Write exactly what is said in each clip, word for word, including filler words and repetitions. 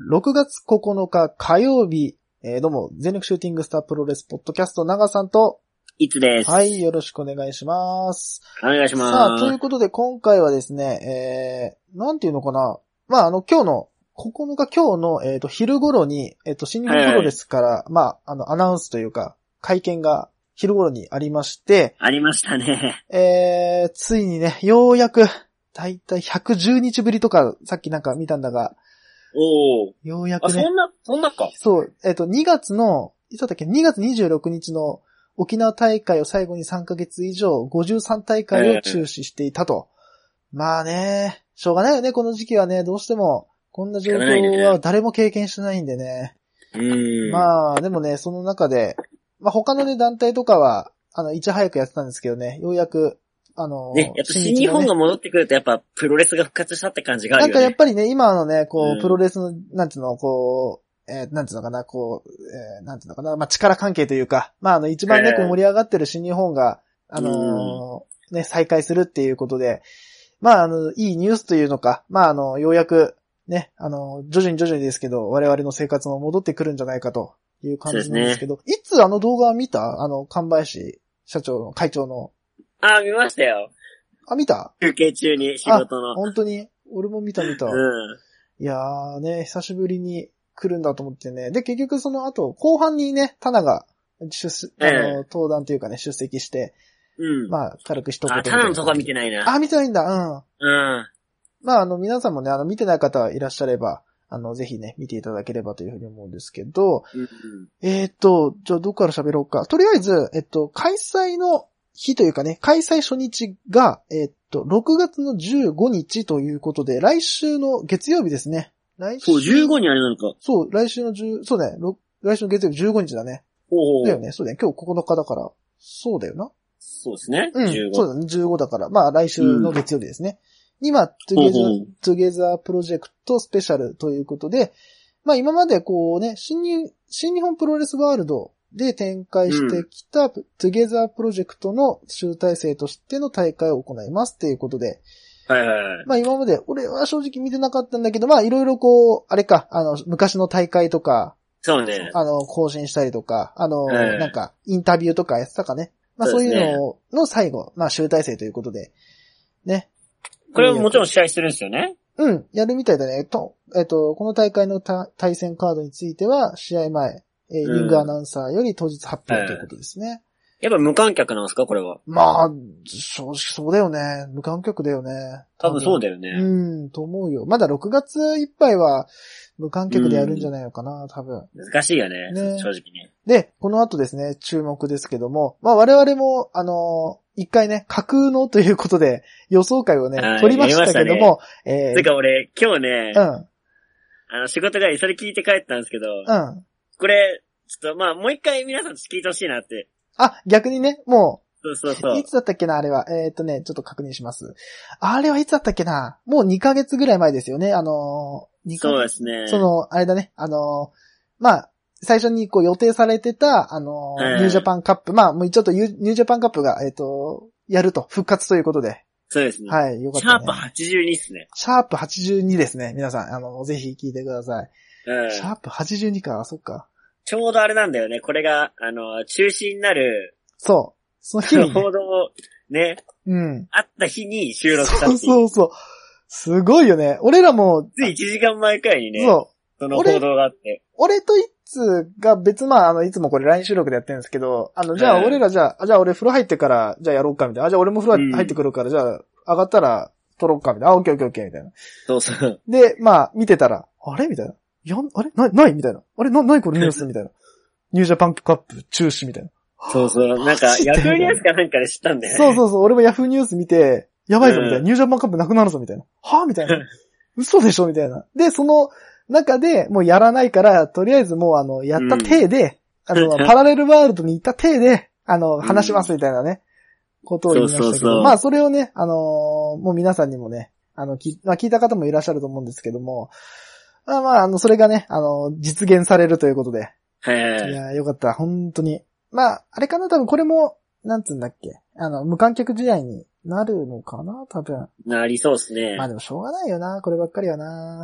ろくがつここのか火曜日、えー、どうも、全力シューティングスタープロレスポッドキャスト長さんと、 いつです。 はい、よろしくお願いします。 お願いします。 さあ、ということで今回はですね、えー、なんていうのかな。まあ、あの、今日の、ここのか今日の、えっと、昼頃に、えっと、新日本プロレスから、はいはい、まあ、あの、アナウンスというか、会見が昼頃にありまして、 ありましたね。 えー、ついにね、ようやく、だいたいひゃくじゅうにちぶりとか、さっきなんか見たんだが、 おー。 ようやくね。 あ、そんな、そんなか。 そう、えっと、にがつの、いつだったっけ、にがつにじゅうろくにちの沖縄大会を最後にさんかげつ以上、ごじゅうさんたいかいを中止していたと。えー、まあね、しょうがないよね、この時期はね、どうしても、こんな状況は誰も経験してないんでね。 うーん。 まあ、でもね、その中で、まあ他のね、団体とかは、あの、いち早くやってたんですけどね、ようやく、あのー、 ね、やっぱ新日本が戻ってくるとやっぱプロレスが復活したって感じがあるよね。 なんかやっぱりね、今のね、こう、 うん、 プロレスの、なんていうの、こう、えー、なんていうのかな、こう、えー、なんていうのかな、まあ、力関係というか、まあ、あの、一番ね、こう盛り上がってる新日本が、あのー、ね、再開するっていうことで、まあ、あの、いいニュースというのか、まあ、あの、ようやく、ね、あの、徐々に徐々にですけど、我々の生活も戻ってくるんじゃないかという感じなんですけど、ね、いつあの動画を見た？あの、神林社長の、会長の。 ああ、見ましたよ。 あ、見た？ 休憩中に仕事の。 本当に俺も見た見た。 うん。 いやーね、久しぶりに来るんだと思ってね。で、結局その後、後半にね、タナが出席、あの、ええ、登壇というかね、出席して、 うん。 まあ、軽く一言。 あ、タナのとこは見てないな。 あ、見てないんだ、うん。 うん。 まあ、あの、皆さんもね、あの、見てない方いらっしゃれば、あの、ぜひね、見ていただければというふうに思うんですけど、 うんうん、 えーっと、じゃあどこから喋ろうか。とりあえず、えっと、開催の日というかね、開催初日が、えー、っと、ろくがつのじゅうごにちということで、来週の月曜日ですね。来週。 そう、じゅうごにあれなのか。 そう、来週の10、そうだね、来週の月曜日じゅうごにちだね。 おー。 だよね、そうだね、今日ここのかだから、そうだよな。 そうですね。 うん、 じゅうご。 そうだね、じゅうごだから、まあ来週の月曜日ですね。うん、今、トゥゲザー、トゥゲザープロジェクトスペシャルということで、まあ今までこうね、新日、新日本プロレスワールドで展開してきた、トゥゲザープロジェクトの集大成としての大会を行いますっていうことで。 はいはいはい。 まあ今まで、俺は正直見てなかったんだけど、まあいろいろこう、あれか、あの、昔の大会とか、 そうね。 あの、更新したりとか、あの、 はい、 なんか、インタビューとかやってたかね。まあそういうのの最後、まあ集大成ということで、ね。 これはもちろん試合するんですよね。 うん、やるみたいだね。と、えっと、この大会の対戦カードについては、試合前、えー、リングアナウンサーより当日発表ということですね。 やっぱ無観客なんですかこれは。 まあ、正直そうだよね。無観客だよね。 多分そうだよね。 うん、と思うよ。まだろくがついっぱいは無観客でやるんじゃないのかな、多分。 難しいよね、ね正直ね。 で、この後ですね、注目ですけども、まあ我々も、あのー、一回ね、架空のということで予想会をね、取りましたけども、 ね、えー、てか俺、今日ね、 うん。 あの、仕事帰りそれ聞いて帰ったんですけど、 うん。 これ、ちょっとまあもう一回皆さん聞いてほしいなって。 あ、逆にね、もう、そうそうそう。 いつだったっけな、あれは。えー、っとね、ちょっと確認します。あれはいつだったっけな。もうにかげつぐらい前ですよね、あのー、にかげつ。 そうですね。 その、あれだね、あのー、まあ、最初にこう予定されてた、あのー、ニュージャパンカップ、まあ、もうちょっとニュージャパンカップが、えー、っと、やると、復活ということで。 そうですね。 はい、よかった、ね。 シャープはちじゅうにっすね。 シャープはちじゅうにですね。皆さん、あの、ぜひ聞いてください。 うん。 シャープはちじゅうにか、そっか。 ちょうどあれなんだよね。これが、あの、中止になる。 そう。その日に、 ね。報道ね。 うん。 あった日に収録したっていう。 そうそうそう。すごいよね。俺らも。 ついいちじかんまえくらいにね。 そう。 その報道があって。 俺といつが別、まあ、あの、いつもこれ ライン 収録でやってるんですけど、あの、じゃあ俺らじゃあ、じゃあ俺風呂入ってから、じゃあやろうかみたいな。あ、じゃあ俺も風呂入ってくるから、うん、じゃあ上がったら撮ろうかみたいな。あ、オッケーオッケーオッケーみたいな。 そうそう。 で、まあ、見てたら、あれみたいな。やん、あれな、ないみたいな。あれな、ないこれニュースみたいな。ニュージャパンカップ中止みたいな。 そうそう。なんか、ヤフーニュースかなんかで知ったんだよね。 そうそうそう。俺もヤフーニュース見て、やばいぞみたいな。うん、ニュージャパンカップなくなるぞみたいな。はぁみたいな。嘘でしょみたいな。で、その中でもうやらないから、とりあえずもうあの、やった体で、うん、あの、パラレルワールドに行った体で、あの、話しますみたいなね、ことを言いましたけど。そうそうそう。まあ、それをね、あのー、もう皆さんにもね、あの、聞、まあ、聞いた方もいらっしゃると思うんですけども、まあまあ、あの、それがね、あの、実現されるということで。 はい。 いや、よかった。本当に。まあ、あれかな多分これも、なんつうんだっけ。あの、無観客試合になるのかな多分。 なりそうですね。 まあでもしょうがないよな。こればっかりはな。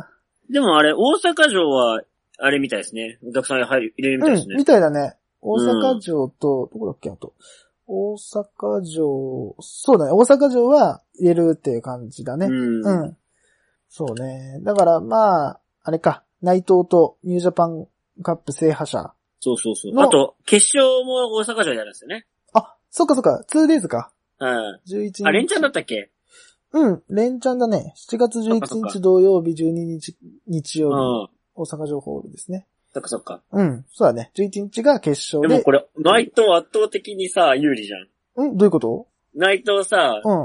でもあれ、大阪城は、あれみたいですね。お客さん入る、入れるみたいですね。 うん、みたいだね。大阪城と、どこだっけあと。大阪城、そうだね。大阪城は入れるっていう感じだね。 うん。 うん。そうね。だからまあ、あれか。内藤とニュージャパンカップ制覇者。 そうそうそう。あと、決勝も大阪城でやるんですよね。 あ、そっかそっか。ツーデイズか。 うん。 じゅういちにち。 あ、連チャンだったっけ？ うん、連チャンだね。しちがつじゅういちにち土曜日、じゅうににち日曜日、うん、大阪城ホールですね。 そっかそっか。 うん、そうだね。じゅういちにちが決勝で。 でもこれ、内藤圧倒的にさ、有利じゃん。 うんどういうこと？ 内藤さ、うん。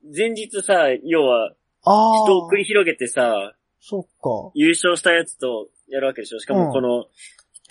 前日さ、要は、あ人を繰り広げてさ、 そっか。 優勝したやつとやるわけでしょ。しかもこの、うん、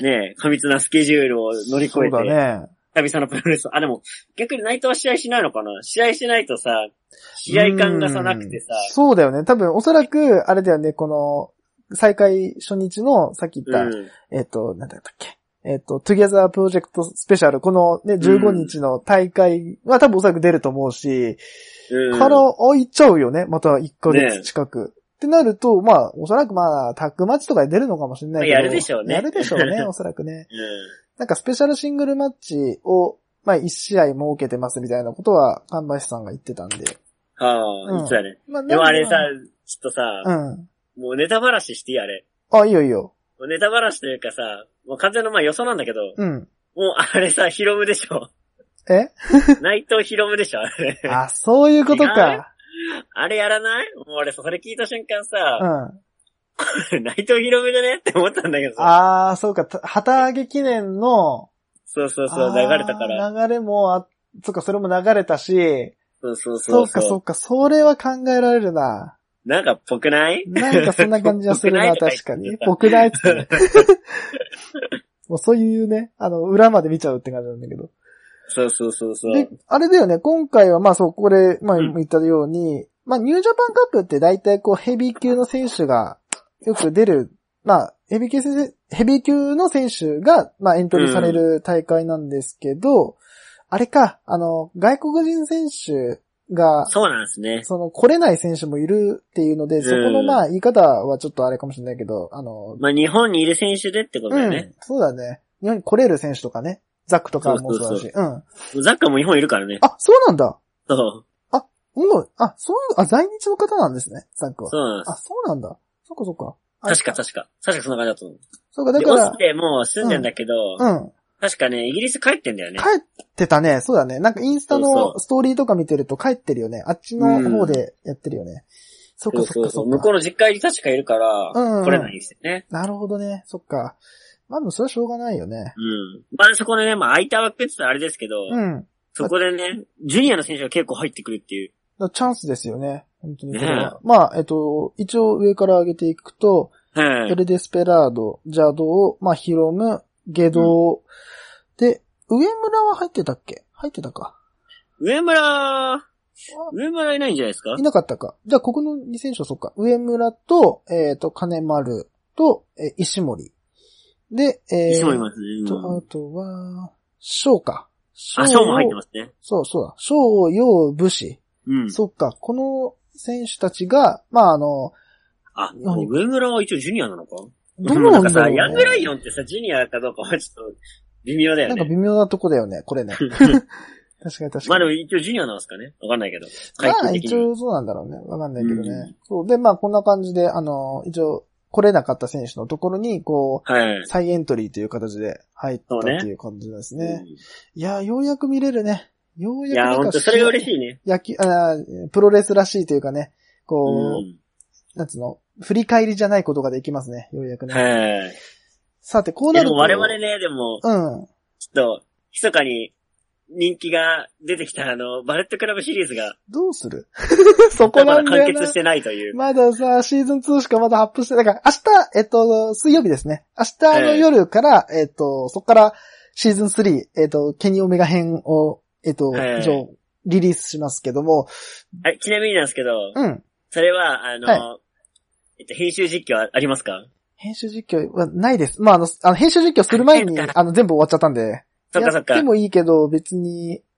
ね、過密なスケジュールを乗り越えて。そうだね。久々のプロレス。あ、でも、逆に内藤は試合しないのかな？試合しないとさ、試合感がさなくてさ。 そうだよね。多分、おそらく、あれだよね、この、再開初日の、さっき言った、うん、えっと、なんだったっけ。えっと、Together Project Special、このね、じゅうごにちの大会は多分おそらく出ると思うし、うん、から空いちゃうよね。またいっかげつ近く。ね、ってなると、まあ、おそらくまあ、タッグマッチとかで出るのかもしれないけど。 やるでしょうね。 やるでしょうね、おそらくね。うん、なんかスペシャルシングルマッチを、まあ、いち試合設けてますみたいなことは、神林さんが言ってたんで。 ああ、うん、いつだね。まあ、でもあれさ、ちょっとさ、うん。もうネタばらししていいあれ。 あ、いいよいいよ。 ネタばらしというかさ、もう完全のまあ予想なんだけど、うん。もうあれさ、ヒロムでしょ。 え内藤ヒロムでしょ、あれ。 あ、そういうことか。 あれやらない？もう俺それ聞いた瞬間さ、うん。内藤ヒロムじゃねって思ったんだけどさ。 ああ、そうか、旗揚げ記念の、 そうそうそう、流れたから。 流れも、あ、そっか、それも流れたし、 そうそうそう。 そうか、そうか、それは考えられるな。 なんか、ぽくない？ なんかそんな感じはするな、確かに。ぽくないってね。もうそういうね、あの、裏まで見ちゃうって感じなんだけど。 そうそうそうそう。 で、あれだよね、今回はまあそう、これ、まあ言ったように、うん、まあニュージャパンカップって大体こうヘビー級の選手がよく出る、まあヘビー級選手、ヘビー級の選手がまあエントリーされる大会なんですけど、うん、あれか、あの、外国人選手が、 そうなんですね。 その来れない選手もいるっていうので、うん、そこのまあ言い方はちょっとあれかもしれないけど、あの、 まあ日本にいる選手でってことだよね。 うん、そうだね。日本に来れる選手とかね。ザックとかもそうだし。そうそうそううん。ザックも日本いるからね。 あ、そうなんだ。 そう。 あ、もう、あ、そういう、あ、在日の方なんですね、ザックは。 そうなんです。 あ、そうなんだ。そっかそっか。 確か確か。確かそんな感じだと思う。 そうか、だから。 オスでもう住んでんだけど、うん。うん、確かね、イギリス帰ってんだよね。 帰ってたね、そうだね。なんかインスタのストーリーとか見てると帰ってるよね。あっちの方でやってるよね。そっかそっかそっか。そうそう向こうの実家に確かいるから、うん、うん。来れないんですよね。 なるほどね。そっか。まあでもそれはしょうがないよね。 うん。まあそこでね、まあ空いた枠って言ったらあれですけど、うん。そこでね、ジュニアの選手が結構入ってくるっていう。 チャンスですよね。本当にこれは。ね、まあ、えっと、一応上から上げていくと、はい、エルデスペラード、邪道、まあ、ヒロム、ゲド、うん、で、上村は入ってたっけ？入ってたか。 上村、上村いないんじゃないですか？ いなかったか。じゃあ、ここのに選手はそっか。上村と、えっと、金丸と、えー、石森。で、えー、 石森いますね。 と、あとは、翔か。 あ、翔も入ってますね。 そうそうだ。翔、陽、武士。うん。そっか。この選手たちが、まあ、あの、 あ、上村は一応ジュニアなのか？ どうなんだろう、ね、なんかさ、ヤングライオンってさ、ジュニアかどうかはちょっと微妙だよね。 なんか微妙なとこだよね、これね。確かに確かに。 まあでも一応ジュニアなんですかね？わかんないけど。 まあ一応そうなんだろうね。わかんないけどね。うん、そう。で、まあこんな感じで、あの、一応、来れなかった選手のところに、こう、はい、再エントリーという形で入ったっていう感じですね。ねうん、いや、ようやく見れるね。ようやく。 いや、ほんとそれが嬉しいね。 野球、あプロレスらしいというかね、こう、うん、なんつうの、振り返りじゃないことができますね。ようやくね。はい。さて、こうなると。 でも我々ね、でも、うん。ちょっと、密かに人気が出てきたあの、バレットクラブシリーズが。 どうするそこなんだよな。 まだ完結してないという。 まださ、シーズンツーしかまだ発表してない。だから明日、えっと、水曜日ですね。明日の夜から、えっと、そこからシーズンスリー、えっと、ケニーオメガ編を、えっと、以上、リリースしますけども。 はい、ちなみになんですけど。うん。それは、あの、はい、えっと、編集実況ありますか？ 編集実況はないです。まあ、あの、あの編集実況する前に、あの、全部終わっちゃったんで。 そっかそっか。 やってもいいけど、別に、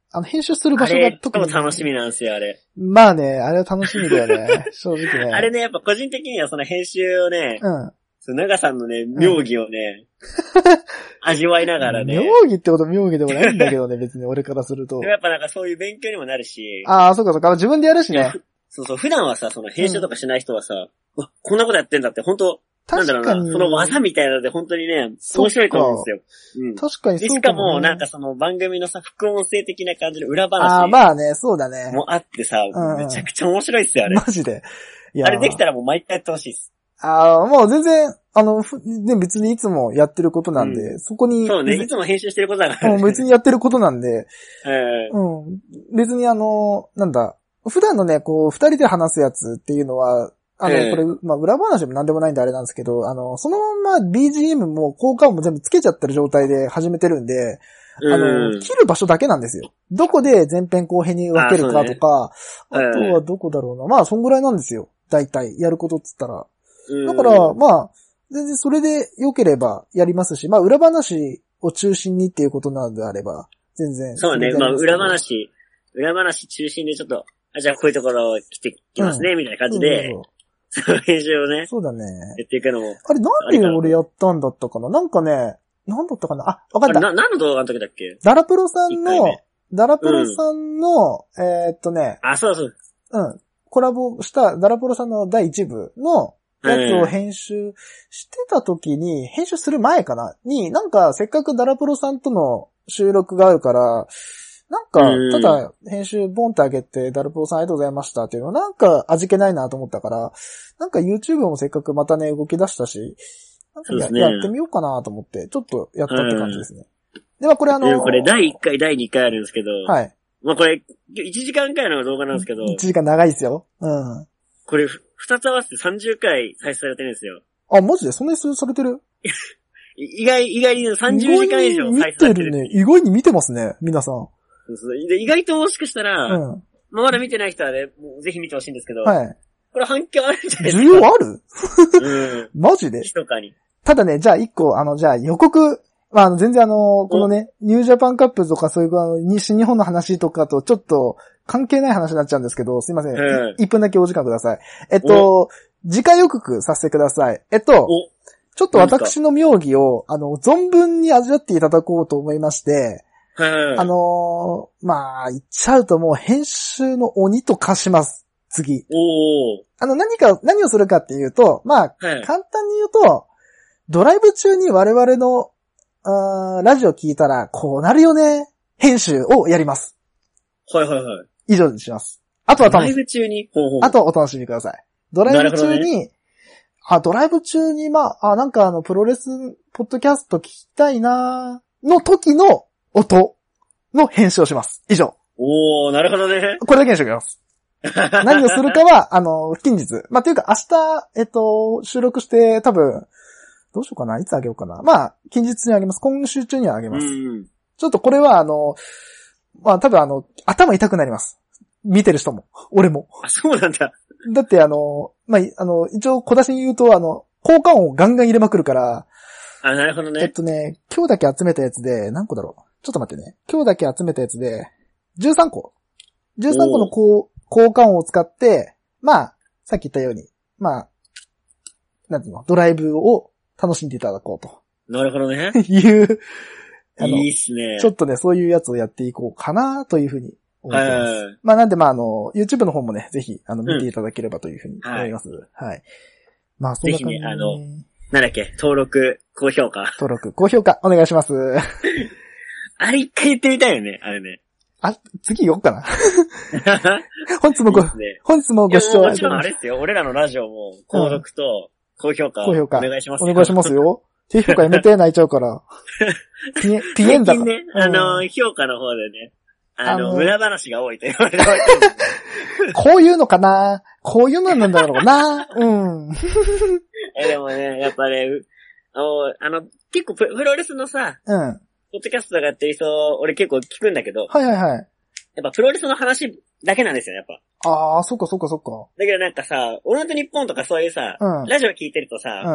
あの、編集する場所が特に。 あれ、楽しみなんですよ、あれ。 まあね、あれは楽しみだよね。正直ね。 あれね、やっぱ個人的にはその編集をね、 うん。 その長さんのね、妙義をね、うん、味わいながらね。 妙義ってこと妙義でもないんだけどね、別に俺からすると。 やっぱなんかそういう勉強にもなるし。 ああ、そうかそうか。自分でやるしね。 そうそう、普段はさ、その編集とかしない人はさ、うん、わ、こんなことやってんだって、本当なんだろうな、その技みたいなので本当にね、面白いと思うんですよ。うん、 確かにそうかも、ね。 しかも、なんかその番組のさ、副音声的な感じの裏話。 ああ、まあね、そうだね。 もあってさ、 うん、 めちゃくちゃ面白いっすよ、あれ。 マジで。 いやあれできたらもう毎回やってほしいっす。 ああ、もう全然、あの、ね、別にいつもやってることなんで、うん、そこに。 そうね、いつも編集してることだから、 ね。もう別にやってることなんで、 えー、 うん。別にあの、なんだ、普段のね、こう、二人で話すやつっていうのは、あの、えー、これ、まあ、裏話もなんでもないんであれなんですけど、あの、そのまま ビージーエム も効果音も全部つけちゃってる状態で始めてるんで、あの、切る場所だけなんですよ。どこで前編後編に分けるかとか、あ, ね、あとはどこだろうな。まあ、そんぐらいなんですよ。大体、やることっつったら。だから、まあ、全然それで良ければやりますし、まあ、裏話を中心にっていうことなのであれば、全然。 そうね、まあ、裏話、裏話中心でちょっと、あ、じゃあこういうところ来てきますね、うん、みたいな感じで、その編集をね。 そうだね。 やっていくのも。 あれなんで俺やったんだったかななんかね、なんだったかなあ、わかった。 な、何の動画の時だっけダラプロさんの、ダラプロさんの、うん、えー、っとね。 あ、そうそう。 うん。コラボしたダラプロさんのだいいち部のやつを編集してた時に、うん、編集する前かなに、なんかせっかくダラプロさんとの収録があるから、なんか、ただ、編集ボンってあげて、ダルポーさんありがとうございましたっていうのなんか味気ないなと思ったから、なんか YouTube もせっかくまたね、動き出したし、なんか や,、ね、やってみようかなと思って、ちょっとやったって感じですね。ではこれあのー、 これだいいっかい、だいにかいあるんですけど、 はい。 まあこれ、いちじかんくらいの動画なんですけど、 いちじかん長いですよ。うん。 これ、二つ合わせてさんじゅっかい再生されてるんですよ。 あ、マジでそんなにされてる意外、意外にさんじゅうじかん以上再生されてる。 見てるね。意外に見てますね、皆さん。 そうそうで意外ともしかしたら、うん、まあ、まだ見てない人はね、もうぜひ見てほしいんですけど、はい。これ反響あるんじゃないですか。 需要あるうん。 マジで密かに。 ただね、じゃあ一個、あの、じゃあ予告、まあ、あの、全然あの、このね、ニュージャパンカップとかそういう、あの、西日本の話とかとちょっと関係ない話になっちゃうんですけど、すいません。うん、いっぷんだけお時間ください。えっと、次回予告させてください。えっと、ちょっと私の妙義を、あの、存分に味わっていただこうと思いまして、あのー、まあ、言っちゃうともう編集の鬼と化します。次。 おー。 あの、何か、何をするかっていうと、まあ、はい、簡単に言うと、ドライブ中に我々の、あラジオ聞いたら、こうなるよね、編集をやります。 はいはいはい。 以上にします。あとは楽しみ。 ドライブ中にほうほうあとはお楽しみください。ドライブ中に、ね、あ、ドライブ中に、まあ、あ、なんかあの、プロレス、ポッドキャスト聞きたいなの時の、音の編集をします。以上。 おー、なるほどね。 これだけにしておきます。何をするかは、あの、近日。まあ、というか明日、えっと、収録して多分、どうしようかな、いつあげようかな。まあ、近日にあげます。今週中にはあげます。うん、ちょっとこれはあの、まあ、多分あの、頭痛くなります。見てる人も。俺も。 あ、そうなんだ。 だってあの、まあ、あの、一応小出しに言うと、あの、効果音をガンガン入れまくるから、 あ、なるほどね。 えっとね、今日だけ集めたやつで、何個だろう。ちょっと待ってね。今日だけ集めたやつで、じゅうさんこ。じゅうさんこの効果音を使って、まあ、さっき言ったように、まあ、なんていうの、ドライブを楽しんでいただこうと。 なるほどね。 いう、あの、 いいっすね。 ちょっとね、そういうやつをやっていこうかなというふうに思ってます。まあなんでまああの、YouTube の方もね、ぜひ、あの、見ていただければというふうに思います。うん、はい。はい。まあそんな感じで、 ぜひね、あの、なんだっけ、登録、高評価。 登録、高評価、お願いします。 あれ一回言ってみたいよね、あれね。 あ、次言おうかな。本日もご、いいね、本日もご視聴もちろんあれですよ、俺らのラジオも、購読と高評価、高評価、お願いしますよ。お願いしますよ。低評価やめて、泣いちゃうから。ピエン、ピエンだから。 最近ね、あの、評価の方でね、あの、無駄話が多いと言われてこういうのかなこういうのなんだろうなうん。 え、でもね、やっぱね、あの、結構プロレスのさ、 うん。 ポッドキャストとかやってる人、俺結構聞くんだけど、 はいはいはい。 やっぱプロレスの話だけなんですよ、やっぱ。 ああ、そっかそっかそっか。 だけどなんかさ、オールナイトニッポンとかそういうさ、うん、ラジオ聞いてるとさ、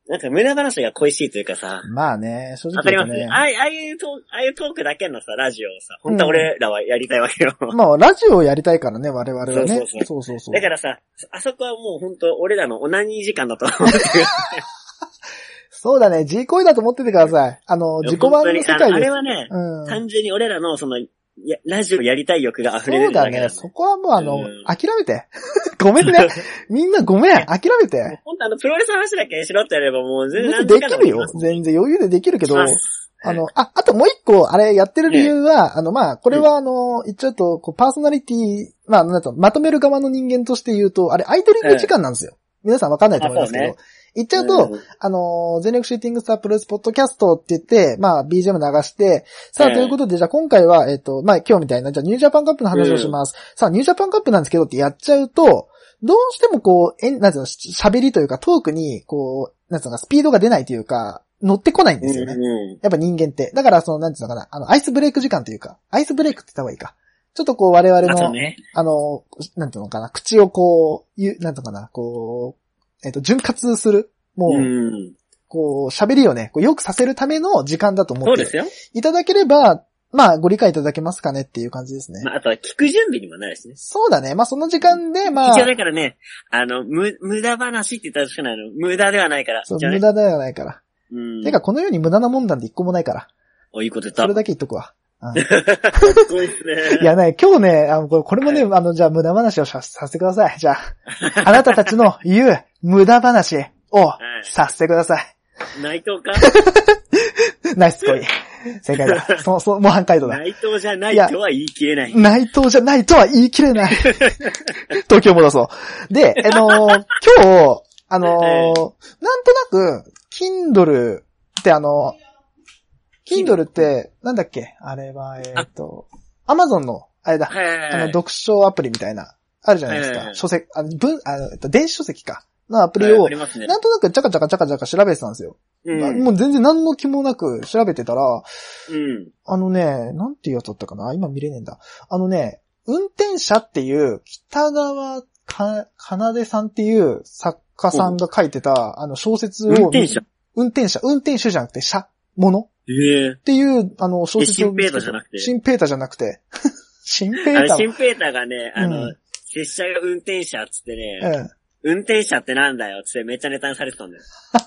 なんか無駄話が恋しいというかさ。 まあね、正直わかり言うとね。 ます。ああいうトーク、ああいうトークだけのさ、ラジオをさ、本当は俺らはやりたいわけよ。 うん、まあ、ラジオをやりたいからね、我々はね。そうそうそう。 そうそうそう。 だからさ、あそこはもう本当俺らのオナニー時間だと思ってる。 そうだね、G 行為だと思っててください。あの、自己満の世界です。 あれはね、うん、単純に俺らのその、や、ラジオやりたい欲が溢れるだけだ、ね。 そうだね。そこはもうあの、うん、諦めて。ごめんね。みんなごめん。諦めて。 本当あの、プロレスの話だけしろってやればもう全然できるよ。全然余裕でできるけど、あの、あ、あともう一個、あれやってる理由は、ね、あの、まあ、これはあの、言っちゃうと、こう、パーソナリティ、まあ、なんと、まとめる側の人間として言うと、あれ、アイドリング時間なんですよ。うん、皆さんわかんないと思いますけど。言っちゃうと、うん、あのー、全力シューティングスタープロレスポッドキャストって言って、まあ、ビージーエム 流して、さあ、うん、ということで、じゃあ今回は、えっと、まあ、今日みたいな、じゃあニュージャパンカップの話をします。うん、さあ、ニュージャパンカップなんですけどってやっちゃうと、どうしてもこう、え、なんていうの、喋りというかトークに、こう、なんていうのか、スピードが出ないというか、乗ってこないんですよね。うんうん、やっぱ人間って。だから、その、なんていうのかな、あの、アイスブレイク時間というか、アイスブレイクって言った方がいいか。ちょっとこう、我々の、あ, ね、あの、なんていうのかな、口をこう、ゆ、なんていうのかな、こう、えっと、潤滑する。もう、うん、こう、喋りをね、こうよくさせるための時間だと思っていただければ、まあ、ご理解いただけますかねっていう感じですね。 まあ、あとは聞く準備にもなるしね。 そうだね。まあ、その時間で、まあ。 一応だからね、あの、む、無駄話って言ったらしかないの。無駄ではないから。 そう、ね、無駄ではないから。うん。てか、この世に無駄なもんなんて一個もないから。 お、いいこと言った。 それだけ言っとくわ。 うん、すごいですね。 いやね、今日ね、あの、これ、これもね、はい、あの、じゃあ無駄話をさせてください。じゃあ、あなたたちの言う無駄話をさせてください。 内藤かナイスコイ。正解だ。そ、そ、模範解答だ。 内藤じゃないとは言い切れない。 内藤じゃないとは言い切れない。東京戻そう。で、あのー、今日、あのー、なんとなく、Kindle ってあの、Kindle って、なんだっけあれは、えっと、Amazon の、あれだ、あの、読書アプリみたいな、あるじゃないですか。書籍、あの、文、あの、えっと、電子書籍か。のアプリを、ね、なんとなくチャカチャカチャカチャカ調べてたんですよ。うん、もう全然何の気もなく調べてたら、うん、あのね、なんていうやつだったかな今見れねえんだ。あのね、運転者っていう北川か、かなでさんっていう作家さんが書いてた、あの小説を、 運転者運転者、運転手じゃなくて、車、物えー、 っていう、あの小説を。 シンペーターじゃなくて。 シンペーターじゃなくて。シンペーター。 シンペーターがね、あの、うん、拙者が運転者っつってね、うん運転者ってなんだよってめっちゃネタにされてたんだよ。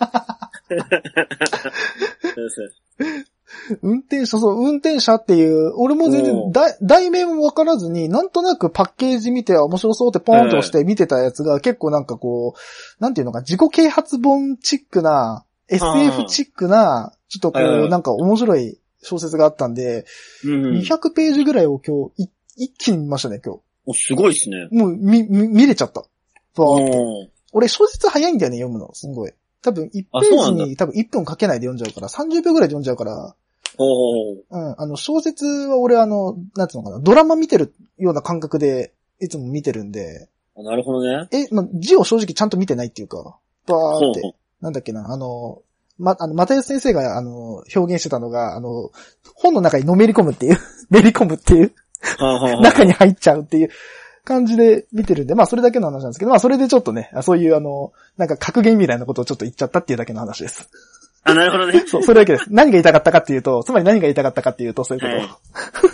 そうそう運転者、そう、運転者っていう、俺も全然だ、題名もわからずに、なんとなくパッケージ見て面白そうってポーンと押して見てたやつが、結構なんかこう、なんていうのか、自己啓発本チックな、エスエフ チックな、ちょっとこう、なんか面白い小説があったんで、にひゃくページぐらいを今日、一気に見ましたね、今日。 お、すごいっすね。 もう、み、み、見れちゃった。俺小説早いんだよね、読むの。すごい。多分いちページに多分いっぷんかけないで読んじゃうから、さんじゅうびょうぐらいで読んじゃうから。 おうん。あの、小説は俺あの、なんつうのかな、ドラマ見てるような感覚で、いつも見てるんで。 なるほどね。 え、ま、字を正直ちゃんと見てないっていうか、バーって。ほうほうなんだっけな、あの、ま、あの、又吉先生が、あの、表現してたのが、あの、本の中にのめり込むっていう、めり込むっていう、中に入っちゃうっていう。感じで見てるんで、まあそれだけの話なんですけど、まあそれでちょっとね、そういうあの、なんか格言みたいなことをちょっと言っちゃったっていうだけの話です。 あ、なるほどね。 そう、それだけです。何が言いたかったかっていうと、つまり何が言いたかったかっていうと、そういうこと。はい、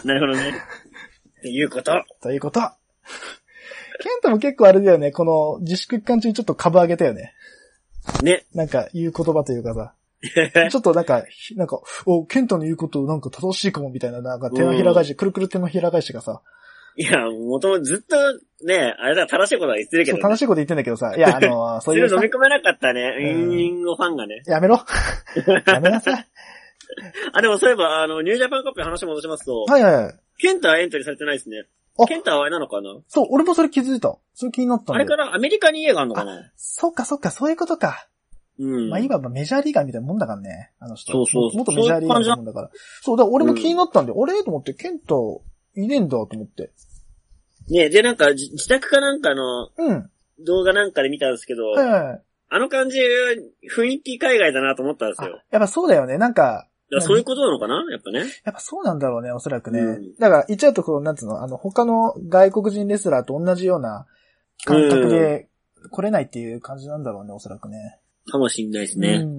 なるほどね。っていうこと。 ということ。ケントも結構あれだよね、この自粛期間中にちょっと株上げたよね。 ね。 なんか言う言葉というかさ。ちょっとなんか、なんか、お、ケントの言うことなんか正しいかもみたいな、なんか手のひら返し、くるくる手のひら返しがさ、 いや、もともとずっとね、あれだ、正しいことは言ってるけど、ね。 そう、正しいこと言ってんだけどさ。いや、あの、そういう。 それ飲み込めなかったね、ウィンゴファンがね。 やめろ。やめなさい。 あ、でもそういえば、あの、ニュージャパンカップに話戻しますと。 はいはいはい。 ケンタはエントリーされてないですね。ケンタはあれなのかなそう、俺もそれ気づいた。それ気になったんだ。 あれからアメリカに家があるのかなそっかそっか、そういうことか。うん。まあ今はメジャーリーガーみたいなもんだからね。あの人。 そうそうそう。 元メジャーリーガーみたいなもんだから。そう、だから俺も気になったんで、うん、あれと思って、ケンタいねえんだと思って。 ねえ、で、なんか、自宅かなんかの、 うん。 動画なんかで見たんですけど、 はいはい。 あの感じ、雰囲気海外だなと思ったんですよ。 やっぱそうだよね、なんか。 そういうことなのかなやっぱね。 やっぱそうなんだろうね、おそらくね。うん、だから、言っちゃうとこう、なんつうの、あの、他の外国人レスラーと同じような感覚で来れないっていう感じなんだろうね、おそらくね。 かもしんないですね。 うん、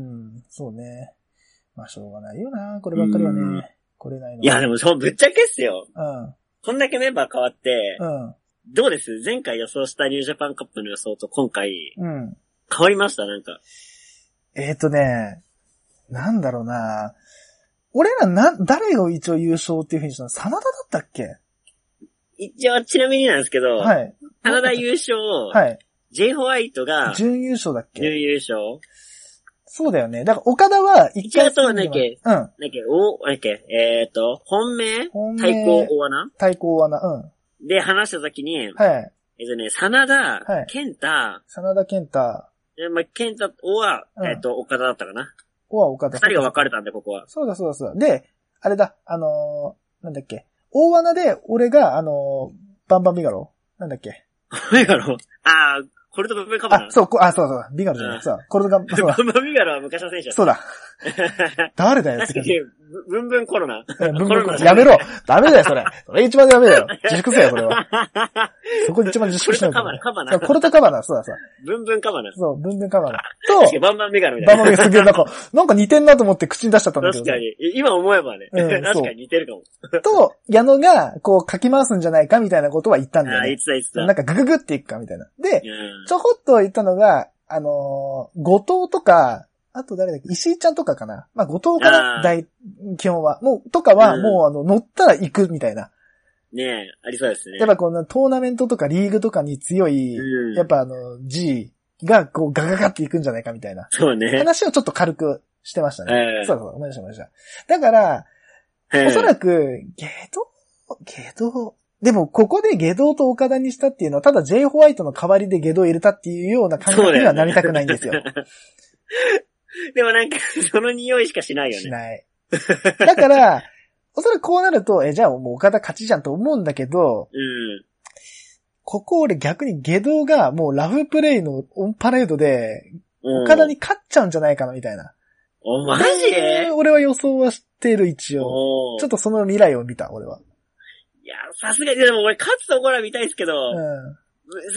そうね。まあしょうがないよな、こればっかりはね。これないの。 いやでもそう、ぶっちゃけっすよ。 うん。 こんだけメンバー変わって、 うん。 どうです前回予想したニュージャパンカップの予想と今回、 うん。 変わりましたなんか。 えーとね、なんだろうな。俺らな、誰が一応優勝っていう風にしたの？真田だったっけ？ 一応、ちなみになんですけど、 はい。 真田優勝、 はい。 J ホワイトが、 準優勝だっけ？ 準優勝そうだよね。だから岡田は一回戦で。 一応と、なんだっけ、 うん。 なんだっけ、お、なんだっけ、えーと、本命本命対抗大穴対抗穴、うん。 で話したときに、 はい。 えっとね、真田、 はい、 健太、 真田健太、 え、まあ、健太は、うん、えっと、岡田だったかな。 おは岡田。 二人が分かれたんで、ここは。 そうだそうだそうだ。で、あれだ、あのー、なんだっけ。大穴で、俺が、あのー、バンバンビガロなんだっけ。 ビガロああ、コルトバンバンカバナ。 あ、そう、あ、そうそう、ビガロじゃない。そう、コルトバン、そうだ。 バンバンビガロは昔の選手だ。 そうだ。誰だよ、 確かに、ブンブンコロナ。 ブンブンコロナ。やめろダメだよ、それ。それ一番ダメだよ。自粛せよ、それは。そこ一番自粛しないと。 コルトカバナ、カバナ。 コルトカバナ、そうだ、そうだ。 ブンブンカバナ。 そう、ブンブンカバナ。 と、バンバンビガロみたいな。 バンバンビガロすげえ、なんか、なんか似てんなと思って口に出しちゃったんだけど。 確かに。今思えばね。うん、確かに似てるかも。 と、矢野が、こう、かき回すんじゃないかみたいなことは言ったんだよね。 あ、言ってた言ってた。 なんかグググっていくかみたいな。で、うん、ちょこっと言ったのが、あのー、後藤とか、あと誰だっけ石井ちゃんとかかなまあ、後藤かな大、基本は。もう、とかは、もう、あの、乗ったら行くみたいな。 ねえ、ありそうですね。 やっぱこのトーナメントとかリーグとかに強い、うん、やっぱあの、G が、こう、ガガガって行くんじゃないかみたいな。 そうね。 話をちょっと軽くしてましたね。 えー、 そうそう、思い出した思い出した。だから、えー、おそらく、ゲド、ゲド、でも、ここでゲドと岡田にしたっていうのは、ただ J ホワイトの代わりでゲドを入れたっていうような感覚にはなりたくないんですよ。よね、 でもなんか、その匂いしかしないよね。 しない。だから、おそらくこうなると、え、じゃあもう岡田勝ちじゃんと思うんだけど、 うん。 ここ俺逆にゲドがもうラフプレイのオンパレードで、岡田に勝っちゃうんじゃないかなみたいな。 お、マジ？ 俺は予想はしてる一応。ちょっとその未来を見た、俺は。 いや、さすがに、でも俺勝つところは見たいですけど、うん、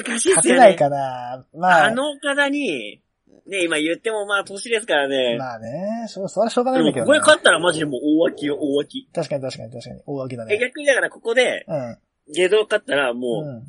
難しいっすよね。 勝てないかな。まあ。 あの岡田に、ね、今言ってもまあ年ですからね。 まあね、そ、それはしょうがないんだけどね。 これ勝ったらマジでもう大脇よ、大脇。 確かに確かに確かに、大脇だね。 え、逆にだからここで、うん。ゲド勝ったらもう、うん、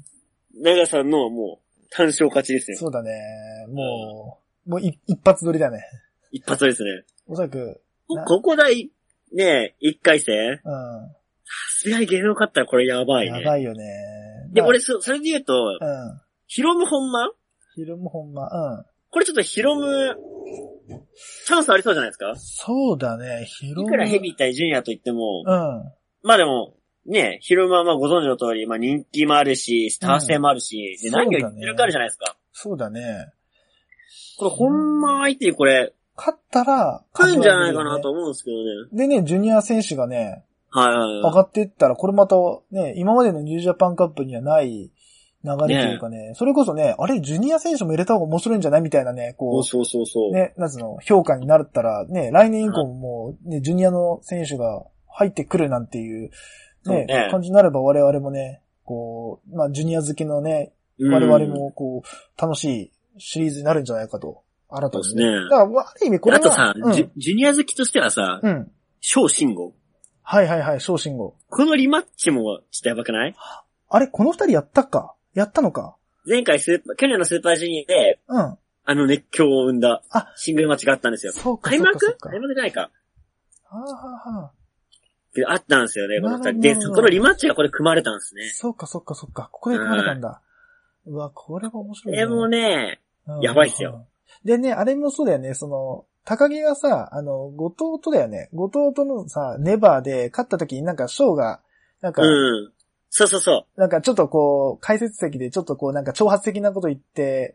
長さんのもう、単勝勝ちですよ。 そうだね。もう、うん、もう一発撮りだね。 一発撮りですね。 おそらく。 ここだい、ね、一回戦うん。 さすがにゲド勝ったらこれやばいね。 やばいよね。 で、俺、そ、それで言うと、 うん。 ヒロムほんまヒロムほんま、うん。 これちょっとヒロム、チャンスありそうじゃないですか？ そうだね、ヒロム。 いくらヘビー対ジュニアと言っても、 うん。 まあでも、ね、ヒロムはまあご存知の通り、まあ人気もあるし、スター性もあるし、うん、で何を言ってるかあるじゃないですか。 そうだね。 これほんま相手にこれ、 勝ったら、 来るんじゃないかなと思うんですけどね。 でね、ジュニア選手がね、 はいはいはい。 上がっていったら、これまたね、今までのニュージャパンカップにはない流れというかね、ねそれこそね、あれ、ジュニア選手も入れた方が面白いんじゃないみたいなね、こう。 そうそうそう。 ね、なんつうの、評価になったら、ね、来年以降もね、ジュニアの選手が入ってくるなんていう、ね、ね感じになれば我々もね、こう、まあ、ジュニア好きのね、我々もこう、楽しいシリーズになるんじゃないかと。新たにね。そうですね。だから、ある意味これは。 あとさ、うん、ジュ、ジュニア好きとしてはさ、うん。小慎吾。 はいはいはい、小慎吾。 このリマッチもちょっとやばくない？ あれ、この二人やったかやったのか前回スーパー、去年のスーパージュニアで、うん。あの熱狂を生んだ、シングルマッチがあったんですよ。 そうか、 開幕そうか。 開幕じゃないか。 はあ、はあはあ、 あったんですよね、この二人。で、そこのリマッチがこれ組まれたんですね。 そうか、そうか、そうか。ここで組まれたんだ。うん、うわ、これは面白いね。 でもね、やばいっすよ。 でね、あれもそうだよね、その、高木がさ、あの、後藤とだよね。後藤とのさ、ネバーで勝った時になんかショーが、なんか、 うん。そうそうそう。 なんかちょっとこう、解説席でちょっとこうなんか挑発的なこと言って、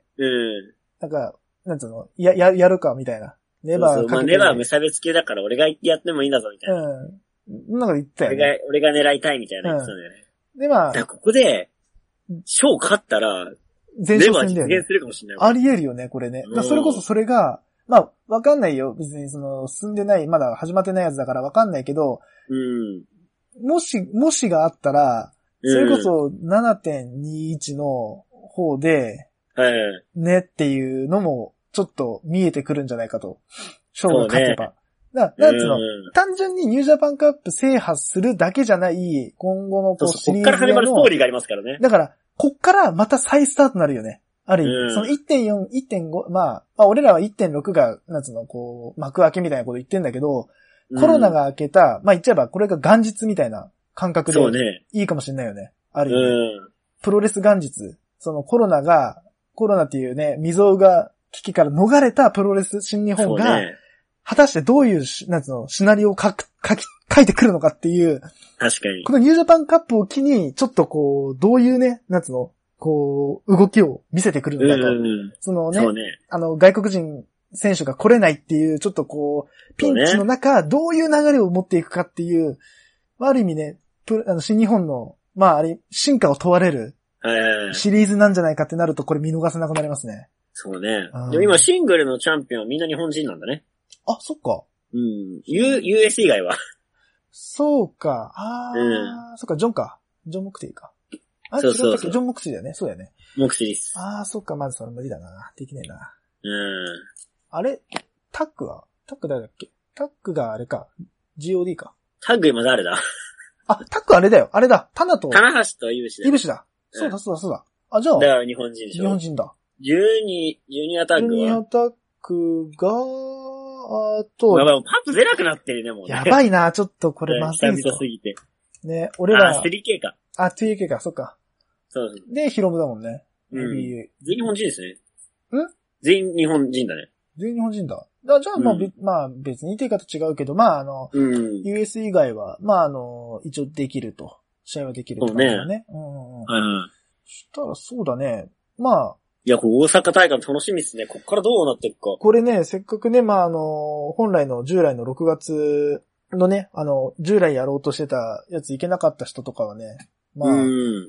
うん。 なんか、なんつうの、や、や、やるかみたいな。ネバーそうそう、まあネバー無差別級だから俺が言ってやってもいいんだぞみたいな。 うん。なんか言ったよね。 俺が、俺が狙いたいみたいな言ってたんだよね。 うん、で、まあ。 だからここで、ショー勝ったら、 前哨戦だよね。 実現するかもしれない。 あり得るよね、これね。だそれこそそれが、まあ、わかんないよ。別にその、進んでない、まだ始まってないやつだからわかんないけど、 うん。 もし、もしがあったら、それこそ ななてんにじゅういち の方で、 はい。 ねっていうのもちょっと見えてくるんじゃないかと。ショーが勝てば。ね、だなんつうの、単純にニュージャパンカップ制覇するだけじゃない、今後のこうシリーズでの。 こっから始まるストーリーがありますからね。 だから、こっからまた再スタートになるよね。ある意味。うん、その いってんよん、いってんご、まあ、まあ俺らは いってんろく が、なんつうの、こう、幕開けみたいなこと言ってんだけど、コロナが明けた、うん、まあ言っちゃえばこれが元日みたいな感覚で、いいかもしれないよね。ある意味。うん、プロレス元日。そのコロナが、コロナっていうね、未曾有が危機から逃れたプロレス新日本が、ね、果たしてどういう、なんつうの、シナリオを書く、書き、書いてくるのかっていう。 確かに。 このニュージャパンカップを機に、ちょっとこう、どういうね、なんつうの、こう、動きを見せてくるのかと。うん、そのね、ねあの、外国人選手が来れないっていう、ちょっとこう、ピンチの中、どういう流れを持っていくかっていう、ある意味ね、あの新日本の、まああれ、進化を問われるシリーズなんじゃないかってなると、これ見逃せなくなりますね。 そうね。うん、でも今シングルのチャンピオンはみんな日本人なんだね。 あ、そっか。 うん。U、ユーエス 以外は。 そうか。あー、うん、そっか、ジョンか。ジョン・モクティか。あ、そうそうそう。ジョン・モクティだよね。そうだよね。 モクティです。 あー、そっか、まずそれ無理だな。できねえな。 うん。 あれタックはタック誰だっけタックがあれか。ジーオーディー か。 タッグ今誰だあ、タックあれだよ。あれだ。タナと。 タナハシとイブシだ。 イブシだ。そうだそうだそうだ。あ、じゃあ。 だから日本人でしょ。 日本人だ。 ジュニ、ジュニアタッグはジュニアタッグが、あと。 やばい、パップ出なくなってるね、もうね。 やばいな、ちょっとこれまずいぞ。 久々すぎて。 ね、俺ら。 あ、スリーケー か。 あ、ツーエーケー か、そっか。 そうです。 で、ヒロムだもんね。 うん。全員日本人ですね。 ん全員日本人だね。 全員日本人だ。だじゃあ、まあ、うん、まあ、別に言い方違うけど、まあ、あの、 うん、 ユーエス 以外は、まあ、あの、一応できると。試合はできると。 そうね。 ね。うんうんうん。 はいはい。 そしたらそうだね。まあ。 いや、これ大阪大会楽しみですね。こっからどうなっていくか。 これね、せっかくね、まあ、あの、本来の従来のろくがつのね、あの、従来やろうとしてたやついけなかった人とかはね、まあ、 うん、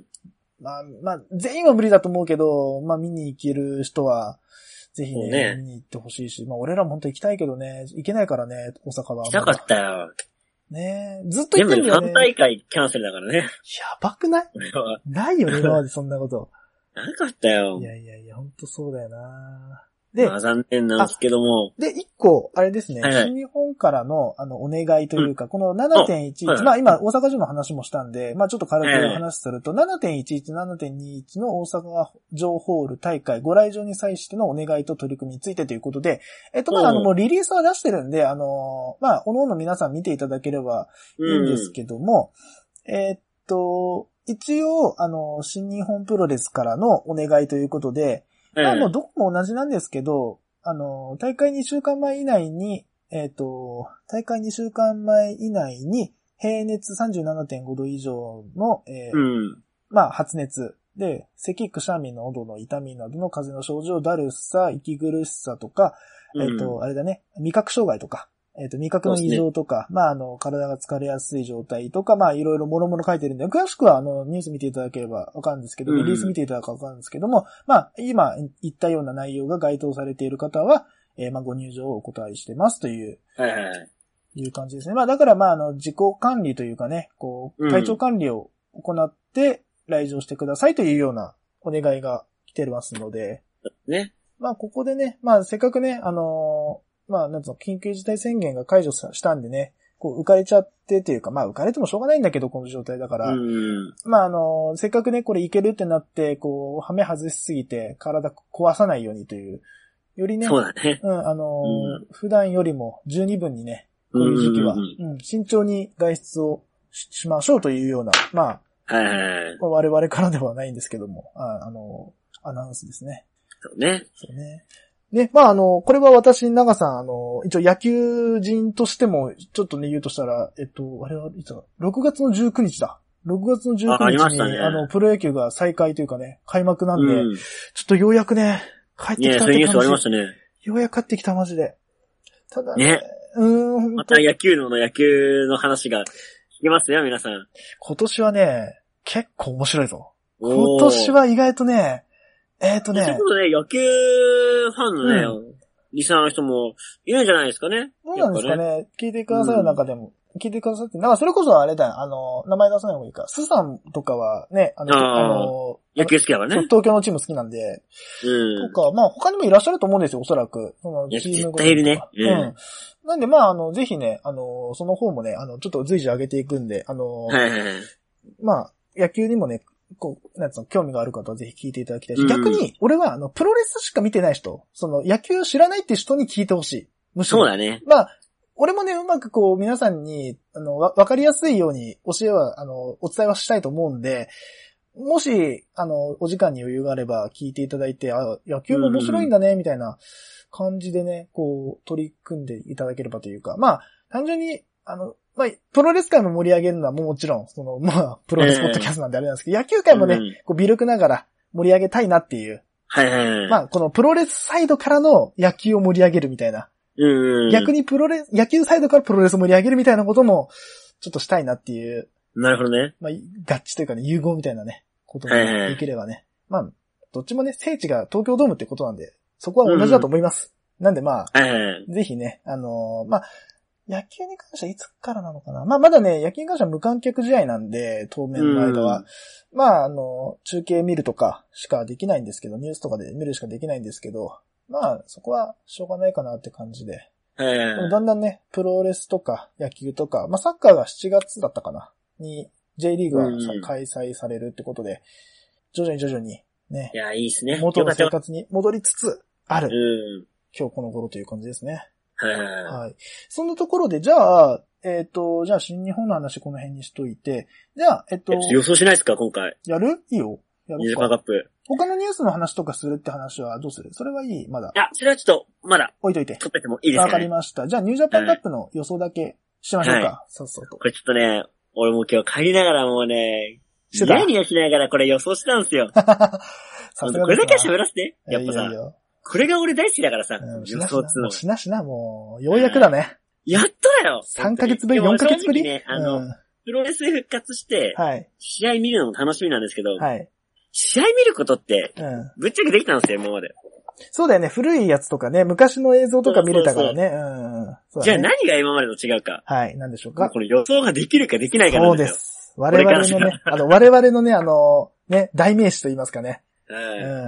まあ、まあ、全員は無理だと思うけど、まあ、見に行ける人は、ぜひね、ね見に行ってほしいし、まあ、俺らも本当行きたいけどね、行けないからね、大阪は。 行きたかったよ。 ねえ、ずっと言ってんだよね。 全部さん大会キャンセルだからね。 やばくないないよね、今までそんなこと。 なかったよ。 いやいやいや、ほんとそうだよな。で、 まあ残念なんですけども。 で、一個、あれですね、はいはい、新日本からの、あの、お願いというか、うん、この ななてんいちいち、はいはい、まあ今、大阪城の話もしたんで、まあちょっと軽く話すると、はいはい、ななてんいちいち、ななてんにいち の大阪城ホール大会ご来場に際してのお願いと取り組みについてということで、えっと、まああの、もうリリースは出してるんで、あの、まあ、おのおの皆さん見ていただければいいんですけども、うん、えー、っと、一応、あの、新日本プロレスからのお願いということで、 はい、 まあもうどこも同じなんですけど、あの、大会にしゅうかんまえ以内に、えっと、大会にしゅうかんまえ以内に、平熱 さんじゅうななてんご 度以上の、えーうん、 まあ発熱で、咳、くしゃみ、喉の痛みなどの風邪の症状、だるさ、息苦しさとか、えっと、あれだね、味覚障害とか、えっと、味覚の異常とか、ね、まあ、あの、体が疲れやすい状態とか、まあ、いろいろもろもろ書いてるんで、詳しくは、あの、ニュース見ていただければわかるんですけど、リリース見ていただくかわかるんですけども、まあ、今言ったような内容が該当されている方は、えー、まあ、ご入場をお答えしてますという、 はいはい。 いう感じですね。まあ、だから、まあ、あの、自己管理というかね、こう、体調管理を行って来場してくださいというようなお願いが来てますので、 ね。 まあ、ここでね、まあ、せっかくね、あのー、まあ、なんつうの、緊急事態宣言が解除したんでね、こう、浮かれちゃってというか、まあ、浮かれてもしょうがないんだけど、この状態だから。 うん、 まあ、あの、せっかくね、これいけるってなって、こう、はめ外しすぎて、体壊さないようにという、よりね、 そうだね。 うん、あの、うん、普段よりも十二分にね、こういう時期は、うん、うん、慎重に外出を し, しましょうというような、まあ、はいはいはい、 我々からではないんですけども、あ, あの、アナウンスですね。 そうね。 そうね。で、まあ、あの、これは私、長さん、あの、一応野球人としても、ちょっとね、言うとしたら、えっと、あれはいつだ、ろくがつのじゅうくにちだ。ろくがつのじゅうくにちに、あ, あ, ね、あの、プロ野球が再開というかね、開幕なんで、うん、ちょっとようやくね、帰ってきたって感じ。 ね、そういうニュースありましたね。 ようやく帰ってきた、マジで。ただね、 ねうーん、 また野球の野球の話が聞きますよ、皆さん。 今年はね、結構面白いぞ。今年は意外とね、えっとね。 そういうことね、野球ファンのね、うん、リスナーの人もいるんじゃないですかね。 そうなんですかね。聞いてくださる中でも、 聞いてくださって、なんかそれこそあれだよ、あの、名前出さない方がいいか。スさんとかはね、あの、 ああの、 野球好きだからね。 東京のチーム好きなんで、 うん。 とか、まあ他にもいらっしゃると思うんですよ、おそらく。そのいや、 チーム絶対いるね。 うん。うん。なんでまあ、あの、ぜひね、あの、その方もね、あの、ちょっと随時上げていくんで、あの、 はいはいはい。 まあ、野球にもね、こう、なんつうの、興味がある方はぜひ聞いていただきたいし、 うん、 逆に、俺は、あの、プロレスしか見てない人、その、野球知らないって人に聞いてほしい。むしろ。 そうだね。 まあ、俺もね、うまくこう、皆さんに、あの、わ、わかりやすいように教えは、あの、お伝えはしたいと思うんで、もし、あの、お時間に余裕があれば聞いていただいて、あ、野球も面白いんだね、みたいな感じでね、こう、取り組んでいただければというか、まあ、単純に、あの、まあ、プロレス界も盛り上げるのはもちろん、その、まあ、プロレスポッドキャストなんであれなんですけど、野球界もね、こう、微力ながら盛り上げたいなっていう。 はいはいはい。 まあ、このプロレスサイドからの野球を盛り上げるみたいな。 うん。 逆にプロレス、野球サイドからプロレスを盛り上げるみたいなことも、ちょっとしたいなっていう。 なるほどね。 まあ、合致というかね、融合みたいなね、こともできればね。はいはい、まあ、どっちもね、聖地が東京ドームってことなんで、そこは同じだと思います。うん、なんでまあ、 はいはい、 ぜひね、あのー、まあ、野球に関してはいつからなのかな。まあ、まだね、野球に関しては無観客試合なんで、当面の間は。うん、まあ、あの、中継見るとかしかできないんですけど、ニュースとかで見るしかできないんですけど、まあ、そこはしょうがないかなって感じで。 はいはい、 でもだんだんね、プロレスとか野球とか、まあ、サッカーがしちがつだったかなに、J リーグが開催されるってことで、徐々に徐々にね、 いや、いいですね。 元の生活に戻りつつある。 うん、 今日この頃という感じですね。 はいはいはい。そんなところで、じゃあ、えっと、じゃあ新日本の話この辺にしといて、じゃあ、えっと。 予想しないですか、今回。 やるいいよ。やるか。 ニュージャパンカップ。 他のニュースの話とかするって話はどうする？それはいいまだ。 いや、それはちょっと、まだ。 置いといて。 取っててもいいですかね。 わかりました。じゃあニュージャパンカップの予想だけしましょうか。はい、そうそうと。 これちょっとね、俺も今日帰りながらもうね、ニヤニヤしながらこれ予想したんですよ。さすがこれだけは喋らせて。やっぱさ。いいよいいよこれが俺大好きだからさ、うん、予想つうの。 しなしな、もう、ようやくだね。 やっとだよ !さんヶ月ぶり、よんかげつぶりね、あの、うん、プロレス復活して、はい。試合見るのも楽しみなんですけど、はい。試合見ることって、うん。ぶっちゃけできたんですよ、今まで。 そうだよね、古いやつとかね、昔の映像とか見れたからね。そうそうそううん、そうね。 じゃあ何が今までと違うか。 はい、なんでしょうか。 これ予想ができるかできないかなんですよ。そうです。 我々のね、あの、我々のね、あの、ね、代名詞と言いますかね。 うん。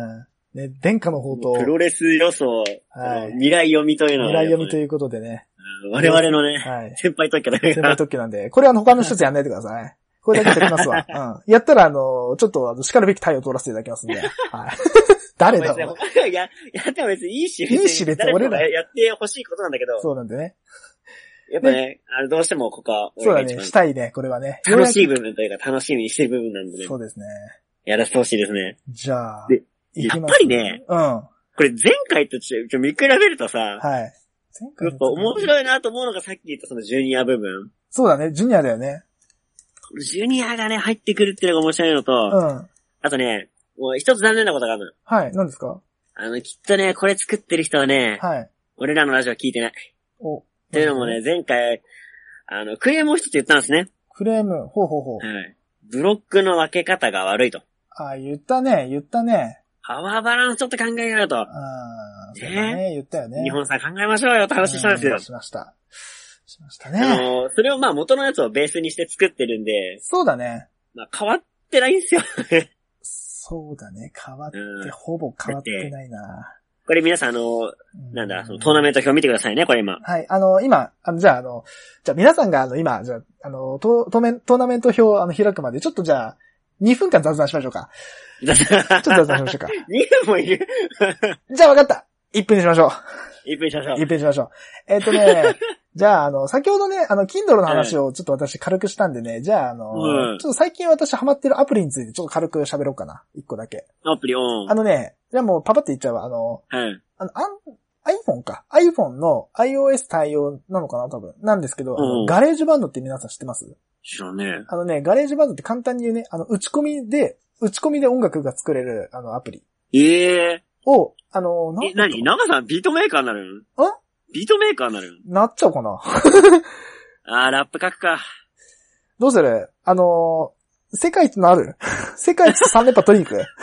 うんね、殿下の宝刀。 プロレス予想、はい、未来読みというのは、 未来読みということでね。 我々のね、はい、先輩特許だね。 先輩特許なんで、これあの他の人つやんないでください。これだけできますわ。うん。やったらあの、ちょっとあの、叱るべき対応を取らせていただきますんで。はい。誰だろう。 や、やっても別にいいし、 いいし別に俺ら。 やってほしいことなんだけど。 そうなんでね。 やっぱね、あの、どうしてもここは。 そうだね、したいね、これはね。 楽しい部分というか楽しみにしてる部分なんでね。 そうですね。 やらせてほしいですね。 じゃあ。 でやっぱりね、うん。これ前回とちょっと見比べるとさ、はい。前回やっぱ面白いなと思うのがさっき言ったそのジュニア部分。 そうだね、ジュニアだよね。 ジュニアがね、入ってくるっていうのが面白いのと、うん。あとね、もう一つ残念なことがあるの。 はい、何ですか？ あの、きっとね、これ作ってる人はね、はい。俺らのラジオ聞いてない。お。っていうのもね、前回、あの、クレームを一つ言ったんですね。 クレーム、ほうほうほう。 はい。ブロックの分け方が悪いと。 あ、言ったね、言ったね。 パワーバランスちょっと考えようと。 ああ、そうだね、言ったよね。 日本さん考えましょうよって話したんですよ。 しました。しましたね。 あの、それをまあ元のやつをベースにして作ってるんで。 そうだね。 まあ変わってないんですよ。 そうだね、変わって、うん、ほぼ変わってないな。 これ皆さんあの、なんだ、そのトーナメント表見てくださいね、これ今。 はい、あの、今、あの、じゃああの、じゃあ皆さんがあの、今、じゃあ、あの、トーメン、トーナメント表をあの、開くまで、ちょっとじゃあ、にふんかん雑談しましょうか。ちょっと雑談しましょうか。 にふんもいるじゃあ分かった。いっぷんにしましょう。 いっぷんにしましょう。 いっぷんにしましょう。えっとね、じゃああの、先ほどね、あの、Kindle の話をちょっと私軽くしたんでね、じゃああの、うん、ちょっと最近私ハマってるアプリについてちょっと軽く喋ろうかな。いっこだけ。 アプリオン。 あのね、じゃあもうパパって言っちゃうわ。あの、 うん。 あの、iPhone か。iPhone の iOS 対応なのかな多分。なんですけど、あのガレージバンドって皆さん知ってます？ 知らねえ。 あのね、ガレージバンドって簡単に言うね、あの、打ち込みで、打ち込みで音楽が作れる、あの、アプリ。 ええー。 を、あの、 なえ、なに長さんビートメーカーになるん？んビートメーカーになるん？ なっちゃうかなあー、ラップ書くか。 どうする？あの、世界一のある世界一さん連覇取りに行く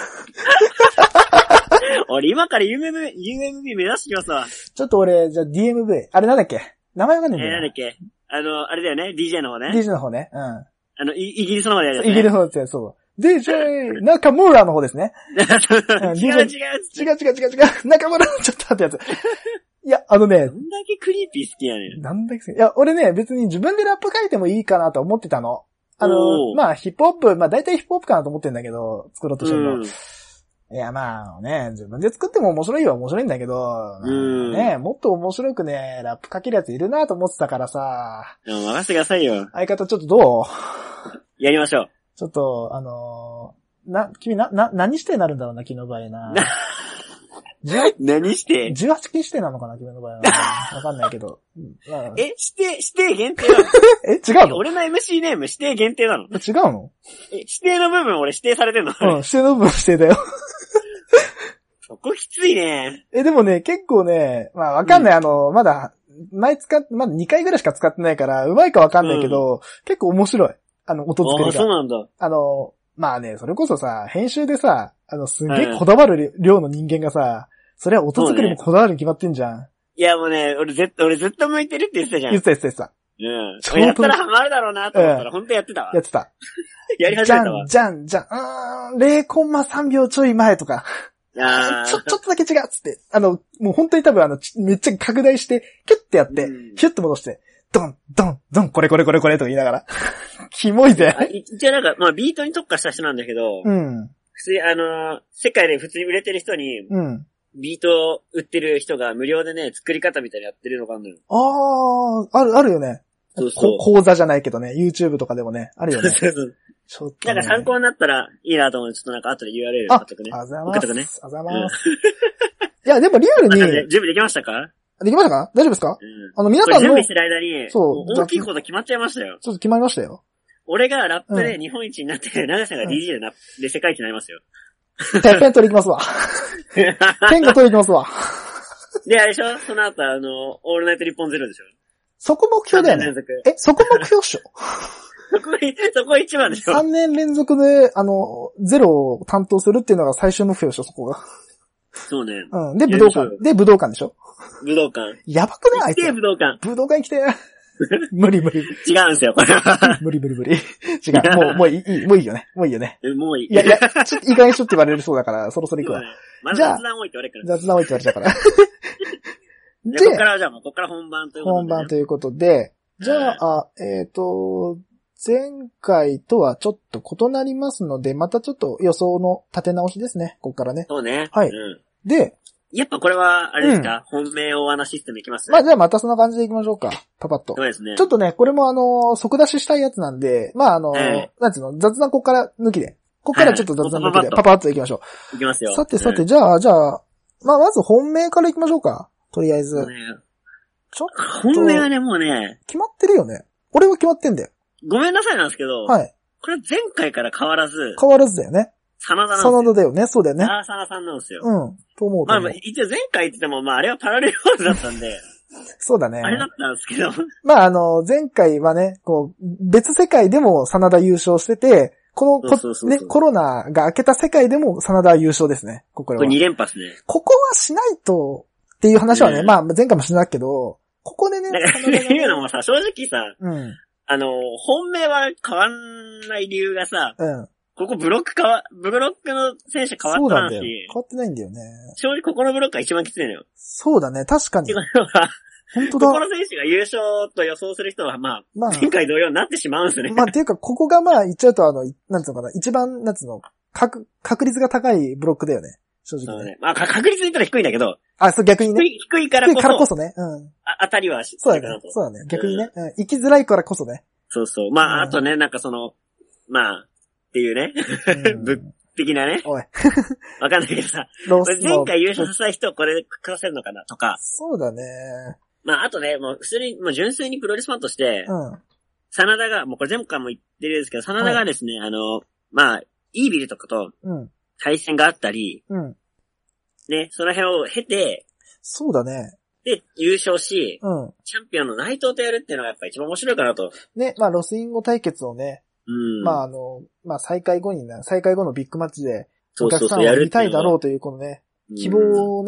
俺今から ユーエムビー 目指してきますわ。 ちょっと俺、じゃあ ディーエムブイ。あれなんだっけ名前わかんないんだよ。 えー、なんだっけあの、あれだよね、ディージェー の方ね。 ディージェー の方ね。うん。 あの、イイギリスの方でやるやつ、ね。 イギリスの方ってそう。ディージェー 中村の方ですね。 違う違う。違う違う違う違う。中村のちょっと待ってやつ。いや、あのね。 どんだけクリーピー好きやねん。 なんだっけ。いや、俺ね、別に自分でラップ書いてもいいかなと思ってたの。あの、まあ、ヒップホップ、まあ大体ヒップホップかなと思ってんだけど、作ろうとしてるの。うんいや、まあね、自分で作っても面白いは面白いんだけど、うんね、もっと面白くね、ラップ書けるやついるなと思ってたからさ。 でも任せてくださいよ。 相方ちょっとどうやりましょう。 ちょっと、あのー、な、君な、な、何してなるんだろうな、君の場合な。 何してじゅうはちき指定なのかな、君の場合は。わかんないけど。 まあ、え、指定、指定限定なのえ、違うの俺の エムシー ネーム指定限定なの違うのえ、指定の部分俺指定されてんのうん、指定の部分指定だよ。 そこきついね。 え、でもね、結構ね、まあわかんない、うん、あの、まだ、前使っ、まだにかいぐらいしか使ってないから、うまいかわかんないけど、うん、結構面白い。あの、音作りが。 あ、そうなんだ。 あの、まあね、それこそさ、編集でさ、あの、すげえこだわる量の人間がさ、それは音作りもこだわるに決まってんじゃん。ね、 いやもうね、俺絶対、俺ずっと向いてるって言ってたじゃん。 言ってた言ってた。 うん。やったらハマるだろうなと思ったら、うん、本当やってたわ。 やってた。 やり始めたわ。 じゃん、じゃん、じゃん、うーん、ゼロコンマさんびょうちょい前とか。あちょ、ちょっとだけ違うっつって。あの、もう本当に多分あの、めっちゃ拡大して、キュッてやって、うん、ヒュッて戻して、ドン、ドン、ドン、これこれこれこれと言いながら。キモいぜ。 一応なんか、まあビートに特化した人なんだけど、 うん。 普通にあの、世界で普通に売れてる人に、 うん。 ビートを売ってる人が無料でね、作り方みたいなやってるのがあるのよ。 あー、ある、あるよね。そうそう。講座じゃないけどね、YouTube とかでもね、あるよね。 そうそう。ちょっと、ね。なんか参考になったらいいなと思うので、ちょっとなんか後で ユーアールエル 貼っとくね。 あ、あざまーす。 ね、 あざまーす。いや、でもリアルに。 準備できましたか？ できましたか？大丈夫ですか？うん。あの、皆さんの。 準備してる間に、 そう。 大きいこと決まっちゃいましたよ。 ちょっと決まりましたよ。 俺がラップで日本一になって、長瀬さんが ディージェー でな、で世界一になりますよ。 てっぺん取り行きますわ。天下取り行きますわ。 で、あれでしょその後、あの、オールナイト日本ゼロでしょそこ目標だよね。え、そこ目標っしょそこ、そこ一番でしょ ?さん年連続で、あの、ゼロを担当するっていうのが最終目標でしょ、そこが。 そうね。 うん。で、武道館。で、武道館でしょ武道館。 やばくないあいつ。 来て、武道館。 武道館来て。無理無理。 違うんですよ、これは。 無理無理無理。違う。もう、もういい、もういいよね。もういいよね。 もういい。 いやいや、ちょっと意外にしょって言われるそうだから、そろそろ行くわ。 まだ雑談多いって言われるから。 雑談多いって言われちゃうから。 で、ここからじゃあ、ここから本番ということで、ね。 本番ということで、じゃあ、えっと、前回とはちょっと異なりますので、またちょっと予想の立て直しですね、ここからね。 そうね。 はい。 うん、 で、 やっぱこれは、あれですか、うん、本命大穴システムいきますね。 まあじゃあまたそんな感じでいきましょうか。パパッと。 そうですね。 ちょっとね、これもあの、即出ししたいやつなんで、まああの、えー、なんつうの、雑談ここから抜きで。ここからちょっと雑談抜きで、パパッといきましょう。いきますよ。 さてさて、うん、じゃあ、じゃあ、まあまず本命からいきましょうか。とりあえず。ね、ちょっと。 本命はね、もうね。 決まってるよね。俺は決まってんだよ。 ごめんなさいなんですけど。 はい。 これ前回から変わらず。 変わらずだよね。 真田なんですよ。 真田だよね。そうだよね。 ああ、真田さんなんですよ。 うん。と思うと思う。 まあ、一応前回言ってても、まあ、あれはパラレルワールドだったんで。 そうだね。 あれだったんですけど。 まあ、あの、前回はね、こう、別世界でも真田優勝してて、このこそうそうそう、ね、コロナが明けた世界でも真田優勝ですね。ここは。 これに連覇ですね。 ここはしないと、っていう話はね、うん、まあ、前回もしなくけど、ここでね、 だから、ね、言うのもさ、正直さ、 うん。 あの、本命は変わんない理由がさ、 うん。 ここブロック変わ、ブロックの選手変わったなし。 変わってないんだよね。 正直ここのブロックが一番きついのよ。 そうだね、確かに。 ってことは、 本当だ。 ここの選手が優勝と予想する人は、まあ、まあ、前回同様になってしまうんですね。 まあ、っていうか、ここがまあ、言っちゃうと、あの、なんつうのかな、一番、なんつうの、確、確率が高いブロックだよね。正直、ね。 そうね。まあ、確率言ったら低いんだけど。 あ、そう、逆にね。 低い、低いからこそ。 低いからこそね。うん。 あ、当たりはしそうだね。そうだね。逆にね。うん。生きづらいからこそね。 そうそう。まあ、うん、あとね、なんかその、まあ、っていうね。うん、物的なね。 おい。 わかんないけどさ。前回優勝させた人をこれで食わせるのかなとか。 そうだね。 まあ、あとね、もう普通に、もう純粋にプロレスファンとして、 うん。 真田が、もうこれ前回も言ってるんですけど、真田がですね、はい、あの、まあ、イービルとかと、対戦があったり、 うん。 ね、その辺を経て、 そうだね。 で、優勝し、 うん。 チャンピオンの内藤とやるっていうのがやっぱ一番面白いかなと。 ね、まあ、ロスインゴ対決をね、 うん。 まあ、あの、まあ、再開後にな、再開後のビッグマッチで、お客さんを見たいだろうという、このね、希望をね、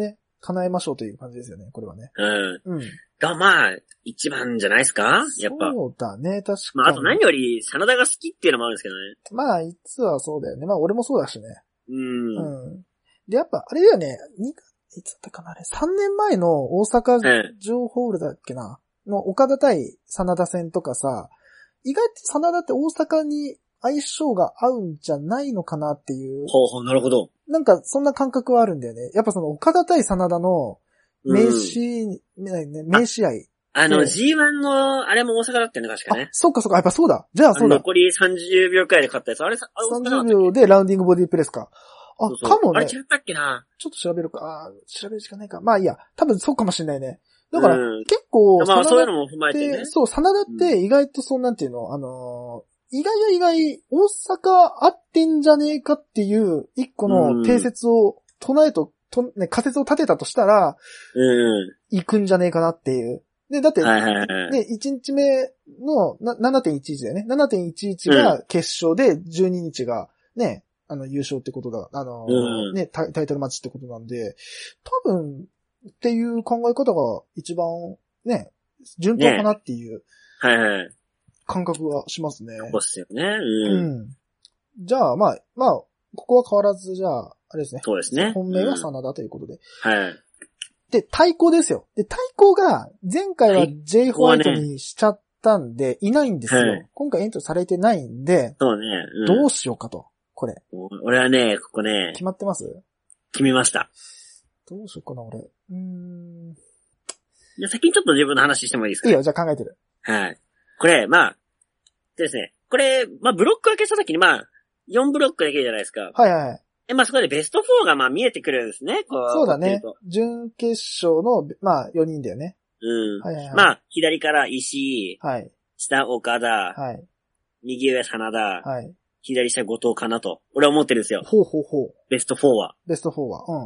叶えましょうという感じですよね、これはね。 うん。 うん。 が、まあ、一番じゃないですかやっぱ。 そうだね、確かに。 まあ、あと何より、真田が好きっていうのもあるんですけどね。 まあ、いつはそうだよね。まあ、俺もそうだしね。 うん。 うん。で、やっぱ、あれだよね、にいつだったかなあれ、さんねんまえの大阪城ホールだっけな、うん、の岡田対真田戦とかさ、意外と真田って大阪に相性が合うんじゃないのかなっていう。 ほうほう、なるほど。 なんか、そんな感覚はあるんだよね。やっぱその岡田対真田の名刺、うん、名試合。 あの、ジーワン の、あれも大阪だったよね、確かね。 あ、そっかそっか、やっぱそうだ。じゃあそうだ。 残りさんじゅうびょうくらいで勝ったやつ。あれ、あれさんじゅうびょうでラウンディングボディプレスか。あ、そうそうかもね。 あれ違ったっけな。 ちょっと調べるか。あ調べるしかないか。まあいいや。多分そうかもしれないね。だから、うん、結構、 まあそういうのも踏まえてね。 そう、真田って意外とそうなんていうの、あのー、意外や意外、大阪合ってんじゃねえかっていう一個の定説を唱えと、とね、仮説を立てたとしたら、 うん。 行くんじゃねえかなっていう。で、だって、 はいはいはい、 ね、いちにちめの ななてんいちいち だよね。ななてんいちいち が決勝で、じゅうににちがね、あの、優勝ってことだ。あの、うん、ねタ、タイトルマッチってことなんで、多分、っていう考え方が一番、ね、順当かなっていう、 ね、はいはい。 感覚がしますね。 そうっすよね。うん。 うん。じゃあ、まあ、まあ、ここは変わらず、じゃあ、あれですね。 そうですね。 本命は真田ということで。 うん、はい。 で、対抗ですよ。で、対抗が、前回は J ホワイトにしちゃったんで、いないんですよ。はい、今回エントリーされてないんで、 そうね、 うん。どうしようかと、これ。 俺はね、ここね。 決まってます？ 決めました。 どうしようかな、俺。うーん。 じゃあ先にちょっと自分の話してもいいですか？ いいよ、じゃあ考えてる。 はい。これ、まあ、ですね。これ、まあ、ブロック分けしたときに、まあ、よんブロックできるじゃないですか。 はいはいはい。 で、まあ、そこでベストフォーが、まあ、見えてくるんですね。こう。 そうだね。準決勝の、まあ、よにんだよね。 うん。 はいはいはい。 まあ、左から石井。 はい。 下岡田。 はい。 右上真田。 はい。 左下後藤かなと。俺は思ってるんですよ。 ほうほうほう。 ベストフォーは。 ベストフォーは。うん。 はい。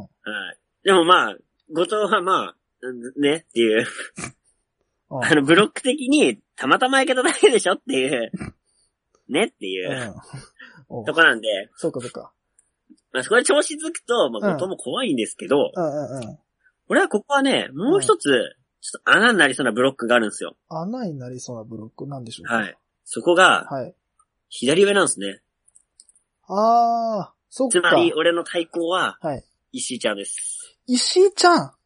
でもまあ、後藤はまあ、ねっていう。あの、ブロック的に、たまたまいけただけでしょっていう。ねっていう。うん、とこなんで。 そうかそうか。 まあ、そこで調子づくと、まあ、後藤も怖いんですけど。 うんうんうん。 俺はここはね、もう一つ、ちょっと穴になりそうなブロックがあるんですよ。 穴になりそうなブロックなんでしょうか？ はい。そこが、 はい。 左上なんですね。 あー、そっか。 つまり、俺の対抗は、 はい。 石井ちゃんです。 石井ちゃん？はい。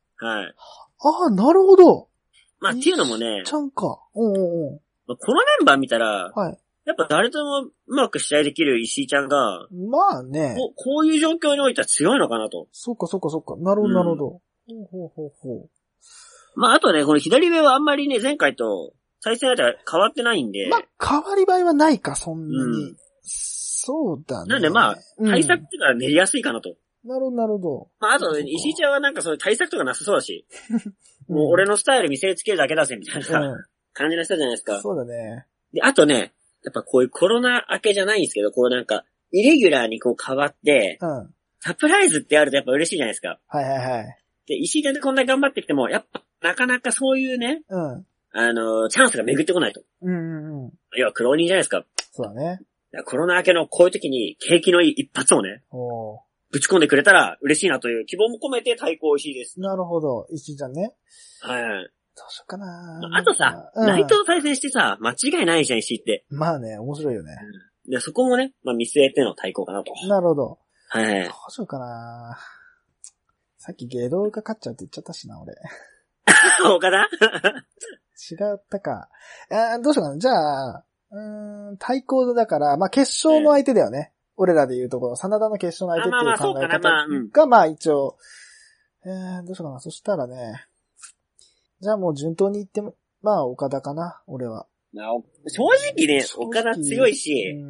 あー、なるほど。 まあ、っていうのもね。 石井ちゃんか。うんうんうん。 このメンバー見たら、 はい。 やっぱ誰ともうまく試合できる石井ちゃんが、 まあね。 ここういう状況においては強いのかなと。 そっかそっかそっか。なるほどなるほど。うん、ほうほうほうほう。 まああとね、この左上はあんまりね、前回と対戦相手は変わってないんで。 まあ変わり映えはないか、そんなに。うん、そうだね。 なんでまあ、対策っていうのは練りやすいかなと。 うん、なるほどなるほど。 まああと、石井ちゃんはなんかそういう対策とかなさそうだし。うん、もう俺のスタイル見せつけるだけだぜ、みたいな、うん、感じの人じゃないですか。 そうだね。 で、あとね、やっぱこういうコロナ明けじゃないんですけど、こうなんか、イレギュラーにこう変わって、うん、サプライズってあるとやっぱ嬉しいじゃないですか。 はいはいはい。 で、石井ちゃんでこんなに頑張ってきても、やっぱなかなかそういうね、 うん、 あの、チャンスが巡ってこないと。 うんうんうん。 要は苦労人じゃないですか。 そうだね。 コロナ明けのこういう時に景気のいい一発をね、 おぶち込んでくれたら嬉しいなという希望も込めて対抗石井です。 なるほど。石井ちゃんね。 はい。 どうしようかな。 あとさ、うん、内藤対戦してさ、間違いないじゃん、石井って。 まあね、面白いよね。 うん、で、そこもね、まあ見据えての対抗かなと。 なるほど。 はい。 どうしようかな。さっき芸道が勝っちゃうって言っちゃったしな、俺。 岡田違ったか。あどうしようかな。じゃあ、うーん、対抗だから、まあ決勝の相手だよね。えー、俺らで言うところ、真田の決勝の相手っていう考え方が、まあ一応、えー、どうしようかな。そしたらね、じゃあもう順当に言っても、まあ岡田かな、俺は。 正直ね、岡田強いし、うん、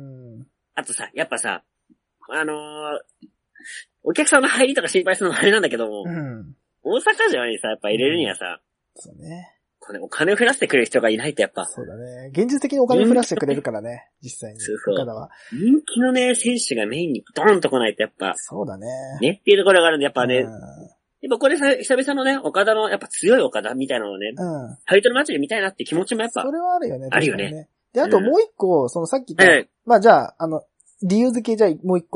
あとさ、やっぱさ、あのー、お客さんの入りとか心配するのもあれなんだけども、うん、大阪城にさ、やっぱ入れるにはさ、 うん、そうね。 これお金を降らせてくれる人がいないとやっぱ。 そうだね。現実的にお金を降らせてくれるからね、実際に。 そうそう。 岡田は。 人気のね、選手がメインにドーンと来ないとやっぱ。 そうだね。 ねっていうところがあるんで、やっぱね、うん、やっぱこれさ、久々のね、岡田の、やっぱ強い岡田みたいなのをね、うん。タイトルマッチで見たいなって気持ちもやっぱ。 それはあるよね。 あるよね。 で、あともう一個、うん、そのさっき言った、はい、まあじゃあ、あの、理由付けじゃあもう一個、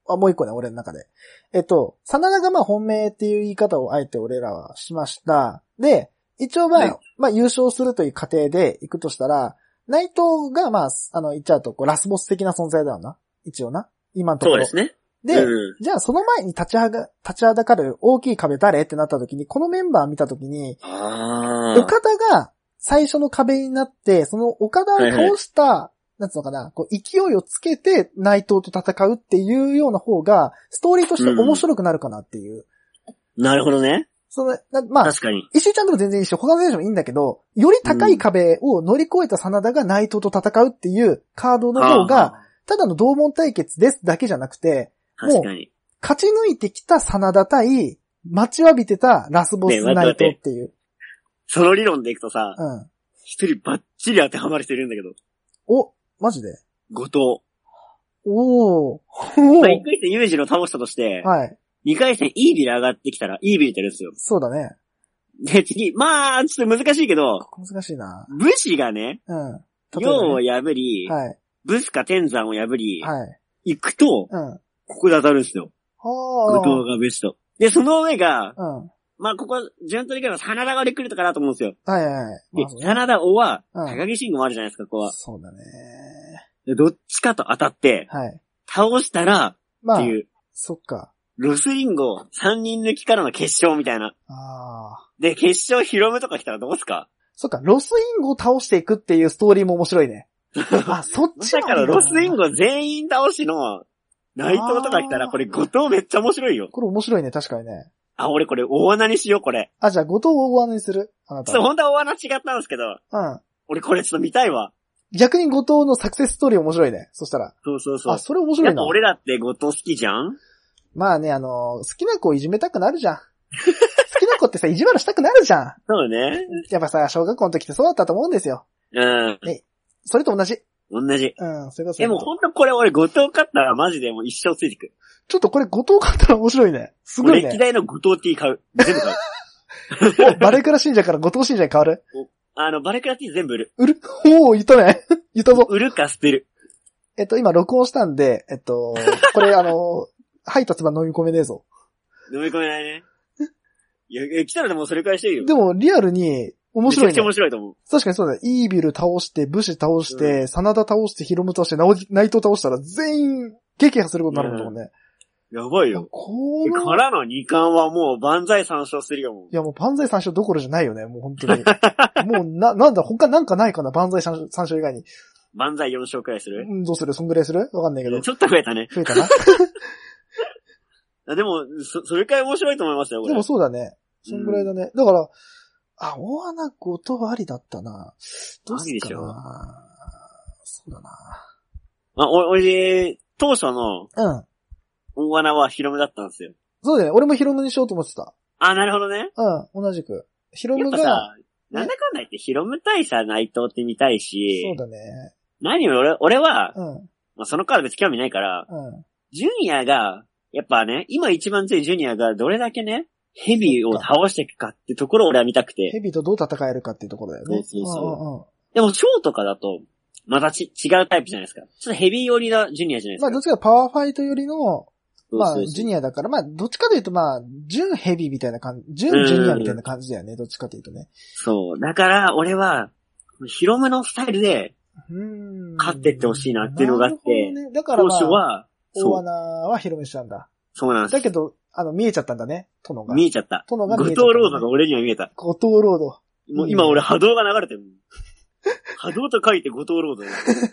あ、もう一個ね、俺の中で。えっと、真田がまあ本命っていう言い方をあえて俺らはしました。で、一応まあ、はい、まあ優勝するという過程で行くとしたら、内藤がまあ、あの、言っちゃうと、こう、ラスボス的な存在だよな。一応な。今のところ。 そうですね。 で、 うん、 じゃあその前に立ちはが、立ちはだかる大きい壁誰ってなった時に、このメンバー見た時に、岡田が最初の壁になって、その岡田を倒した、はいはい、なんつうのかな、こう勢いをつけて内藤と戦うっていうような方が、ストーリーとして面白くなるかなっていう。 うん、なるほどね。 その、まあ、確かに。石井ちゃんとも全然一緒、他の選手もいいんだけど、より高い壁を乗り越えた真田が内藤と戦うっていうカードの方が、ただの同門対決ですだけじゃなくて、もう、勝ち抜いてきた真田対、待ちわびてたラスボス内藤っていう。 その理論でいくとさ、 うん。 一人バッチリ当てはまる人いるんだけど。 お、マジで？ 後藤。 おー。 まあ、一回戦ユージの倒したとして、 はい。 二回戦イービル上がってきたら、イービルってるんですよ。 そうだね。 で、次、まあ、ちょっと難しいけど、 ここ難しいな。 武士がね、 うん。 陽を破り、 はい。 ブスか天山を破り、 はい。 行くと、 うん。 ここで当たるんですよ。 は後藤がベスト。で、その上が、 うん。 まあ、ここ、順当にいけば、真田がリクルートかなと思うんですよ。 はいはいはい。 で、 まあね、 真田、尾は、 うん、 高木慎吾もあるじゃないですか、ここは。 そうだね。 で、どっちかと当たって、 はい。 倒したら、 まあ、 っていう。 そっか。 ロスリンゴさんにん抜きからの決勝みたいな。 ああ。 で、決勝ヒロムとか来たらどうすか？ そっか、ロスインゴを倒していくっていうストーリーも面白いね。あ、そっちだからロスインゴ全員倒しの内藤とか来たらこれ後藤めっちゃ面白いよ。 これ面白いね、確かにね。 あ、俺これ大穴にしよう、これ。 あ、じゃあ後藤を大穴にする？あなた。 そう、本当は大穴違ったんですけど。 うん。 俺これちょっと見たいわ。 逆に後藤のサクセスストーリー面白いね。そしたら。 そうそうそう。 あ、それ面白いな。 やっぱ俺らって後藤好きじゃん？ まあね、あの、好きな子をいじめたくなるじゃん。好きな子ってさ、意地悪したくなるじゃん。 そうね。 やっぱさ、小学校の時ってそうだったと思うんですよ。 うん。 ね、それと同じ。 同じ。 うん、それこそ。 でもほんとこれ俺後藤勝ったらマジでもう一生ついてく。 ちょっとこれ後藤買ったら面白いね。すごいね。 歴代の後藤 T 買う。全部買う。バレクラ信者から後藤信者に変わる？ あの、バレクラ T 全部売る。 売る？おー、言ったね。言ったぞ。 売るか捨てる。 えっと、今録音したんで、えっと、これあの、吐いた唾飲み込めねえぞ。 飲み込めないね。いや、来たらでもそれくらいしてるよ。 でも、リアルに、面白いね。 めちゃくちゃ面白いと思う。 確かにそうだよ。イービル倒して、武士倒して、うん、真田倒して、ヒロム倒して、内藤倒したら、全員、撃破することになるんだもんね。 うん、やばいよ。このからの二冠はもう万歳三勝するよ、もう。 いや、もう万歳三勝どころじゃないよね、もう本当に。もう、な、なんだ、他なんかないかな、万歳三勝以外に。 万歳四勝くらいする？ うん、どうする？そんぐらいする？わかんないけど。 ちょっと増えたね。 増えたな。 でも、そ、それくらい面白いと思いますよ、これ。 でもそうだね。そんぐらいだね。うん、だから、あ、大穴後藤ありだったな。どうするかな。そうだな。 あ、お、おい、当初の、 うん。 大穴はヒロムだったんですよ。 そうだよね。俺もヒロムにしようと思ってた。 あ、なるほどね。 うん、同じく。ヒロムが。 やっぱさ、ね、なんだかんだ言ってヒロム対さ内藤って見たいし。 そうだね。 何より俺、俺は、 うん。 まあ、そのカード別に興味ないから、 うん。 ジュニアが、やっぱね、今一番強いジュニアがどれだけね、ヘビーを倒していくかってところを俺は見たくて。 ヘビーとどう戦えるかっていうところだよね。 そうそうそう。 うんうんうん、 でも、ショーとかだと、またち、違うタイプじゃないですか。ちょっとヘビー寄りなジュニアじゃないですか。 まあ、どっちかパワーファイト寄りの、まあ、ジュニアだから、まあ、どっちかというと、まあ、準ヘビーみたいな感じ、準ジュニアみたいな感じだよね、どっちかというとね。 そう。だから、俺は、ヒロムのスタイルで、勝ってってほしいなっていうのがあって、 ね、だから、まあ、 当初は、 大穴はヒロムしたんだ。 そうなんです。 だけど、あの、見えちゃったんだね、殿が。 見えちゃった。 殿が見えちゃった、ね。 後藤ロードが俺には見えた。 後藤ロード。 もう今俺波動が流れてる。波動と書いて後藤ロード。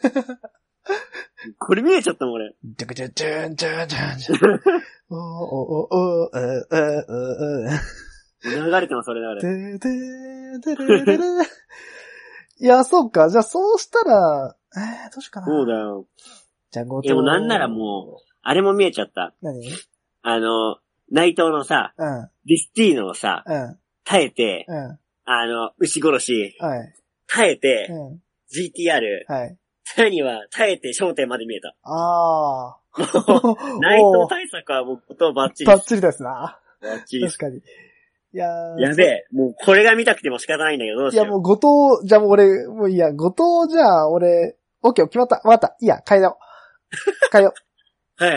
これ見えちゃったもん俺。 ジャクジャジャンジャンジャンジャン。おーおーおーえーえーえー。流れてます、それ流れ。 てーてーてーてーてー。いや、そうか。じゃあそうしたら、えー、どうしようかな。 そうだよ。 じゃあ後藤。 でもなんならもう、あれも見えちゃった。 何？ あの、内藤のさ、 うん。 ディスティーノをさ、 うん。 耐えて、 うん。 あの、牛殺し、 はい。 耐えて、 うん。 ジーティーアール、 はい。 さらには耐えて焦点まで見えた。 ああ。 内藤対策はもうことバッチリ。 バッチリですな。 バッチリ。 確かに。いやー。 やべえ。もうこれが見たくても仕方ないんだけど、どうしよう。 いやもう後藤、じゃあもう俺、もういいや、後藤じゃあ俺、オッケー決まった。わかった。いいや、変えよう。変えよう。 はい。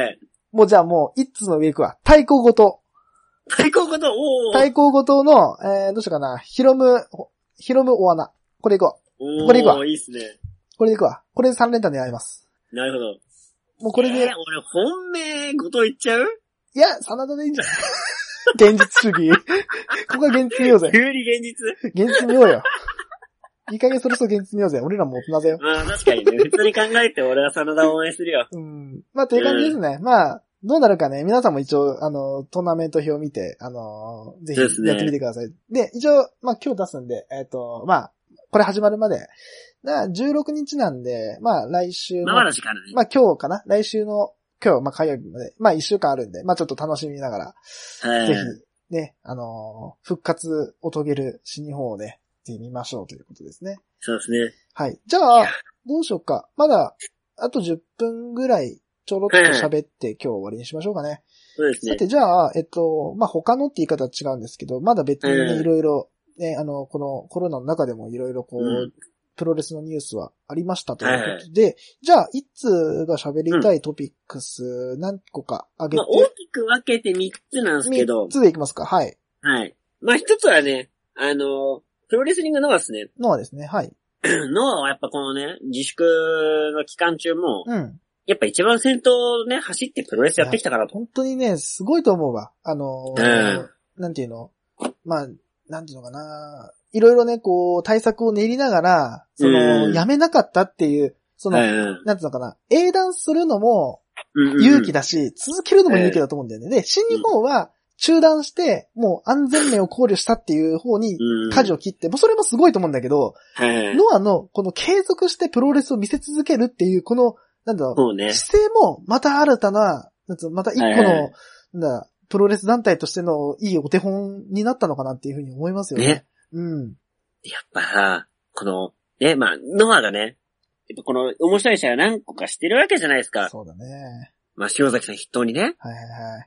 もうじゃあもう、一つの上行くわ。対抗ごと。 対抗ごと、おー。 対抗ごとの、えー、どうしようかな。ヒロム、ヒロムお穴。これ行こう。これ行くわ。 いいっすね。 これ行くわ。これでさん連単でやります。 なるほど。 もうこれで。 えー、俺本命ごと言っちゃう？ いや、真田でいいんじゃない現実主義。ここは現実見ようぜ。 急に現実現実見ようよ。いい加減そろそろ現実見ようぜ。俺らも大人だよ。 まあ確かにね。普通に考えて俺は真田を応援するよ。 うん。まあという感じですね。うん、まあ、どうなるかね。皆さんも一応、あの、トーナメント表を見て、あの、ぜひやってみてください。で,、ね、で、一応、まあ今日出すんで、えっ、ー、と、まあ、これ始まるまで。だじゅうろくにちなんで、まあ来週の。 まあまだ時間あるね。 まあ今日かな。来週の、今日、まあ火曜日まで。まあいっしゅうかんあるんで、まあちょっと楽しみながら、はい、ぜひ、ね、あのー、復活を遂げる新日本をね、ぜひ見ましょうということですね。 そうですね。 はい。じゃあ、どうしようか。まだ、あとじゅっぷんぐらい、ちょろっと喋って今日終わりにしましょうかね。 そうですね。 さて、じゃあ、えっと、まあ、他のって言い方は違うんですけど、まだ別にね、いろいろ、ね、あの、このコロナの中でもいろいろこう、うん、プロレスのニュースはありましたということで、はいはい、じゃあ、いつが喋りたいトピックス何個かあげて、 まあ、大きく分けてみっつなんですけど。 みっつでいきますか、はい。 はい。まあ、ひとつはね、あの、プロレスリングノアですね。 ノアですね、はい。 ノアはやっぱこのね、自粛の期間中も、 うん。 やっぱ一番先頭ね、走ってプロレスやってきたからと。 本当にね、すごいと思うわ。あのー、 うん、 なんていうのまあ、なんていうのかな。いろいろね、こう、対策を練りながら、その、うん、やめなかったっていう、その、うん、なんていうのかな。英断するのも勇気だし、うんうんうん、続けるのも勇気だと思うんだよね。で、新日本は中断して、もう安全面を考慮したっていう方に舵を切って、もうそれもすごいと思うんだけど、 うん、 ノアのこの継続してプロレスを見せ続けるっていう、この、なんだろう、 そうね、 姿勢もまた新たな、なんつうのまた一個の、はい、なんだ、プロレス団体としてのいいお手本になったのかなっていうふうに思いますよね。 ね。 うん。 やっぱさ、この、ね、まあ、ノアがね、やっぱこの面白い試合を何個かしてるわけじゃないですか。 そうだね。 まあ、塩崎さん筆頭にね。 はいはいはい。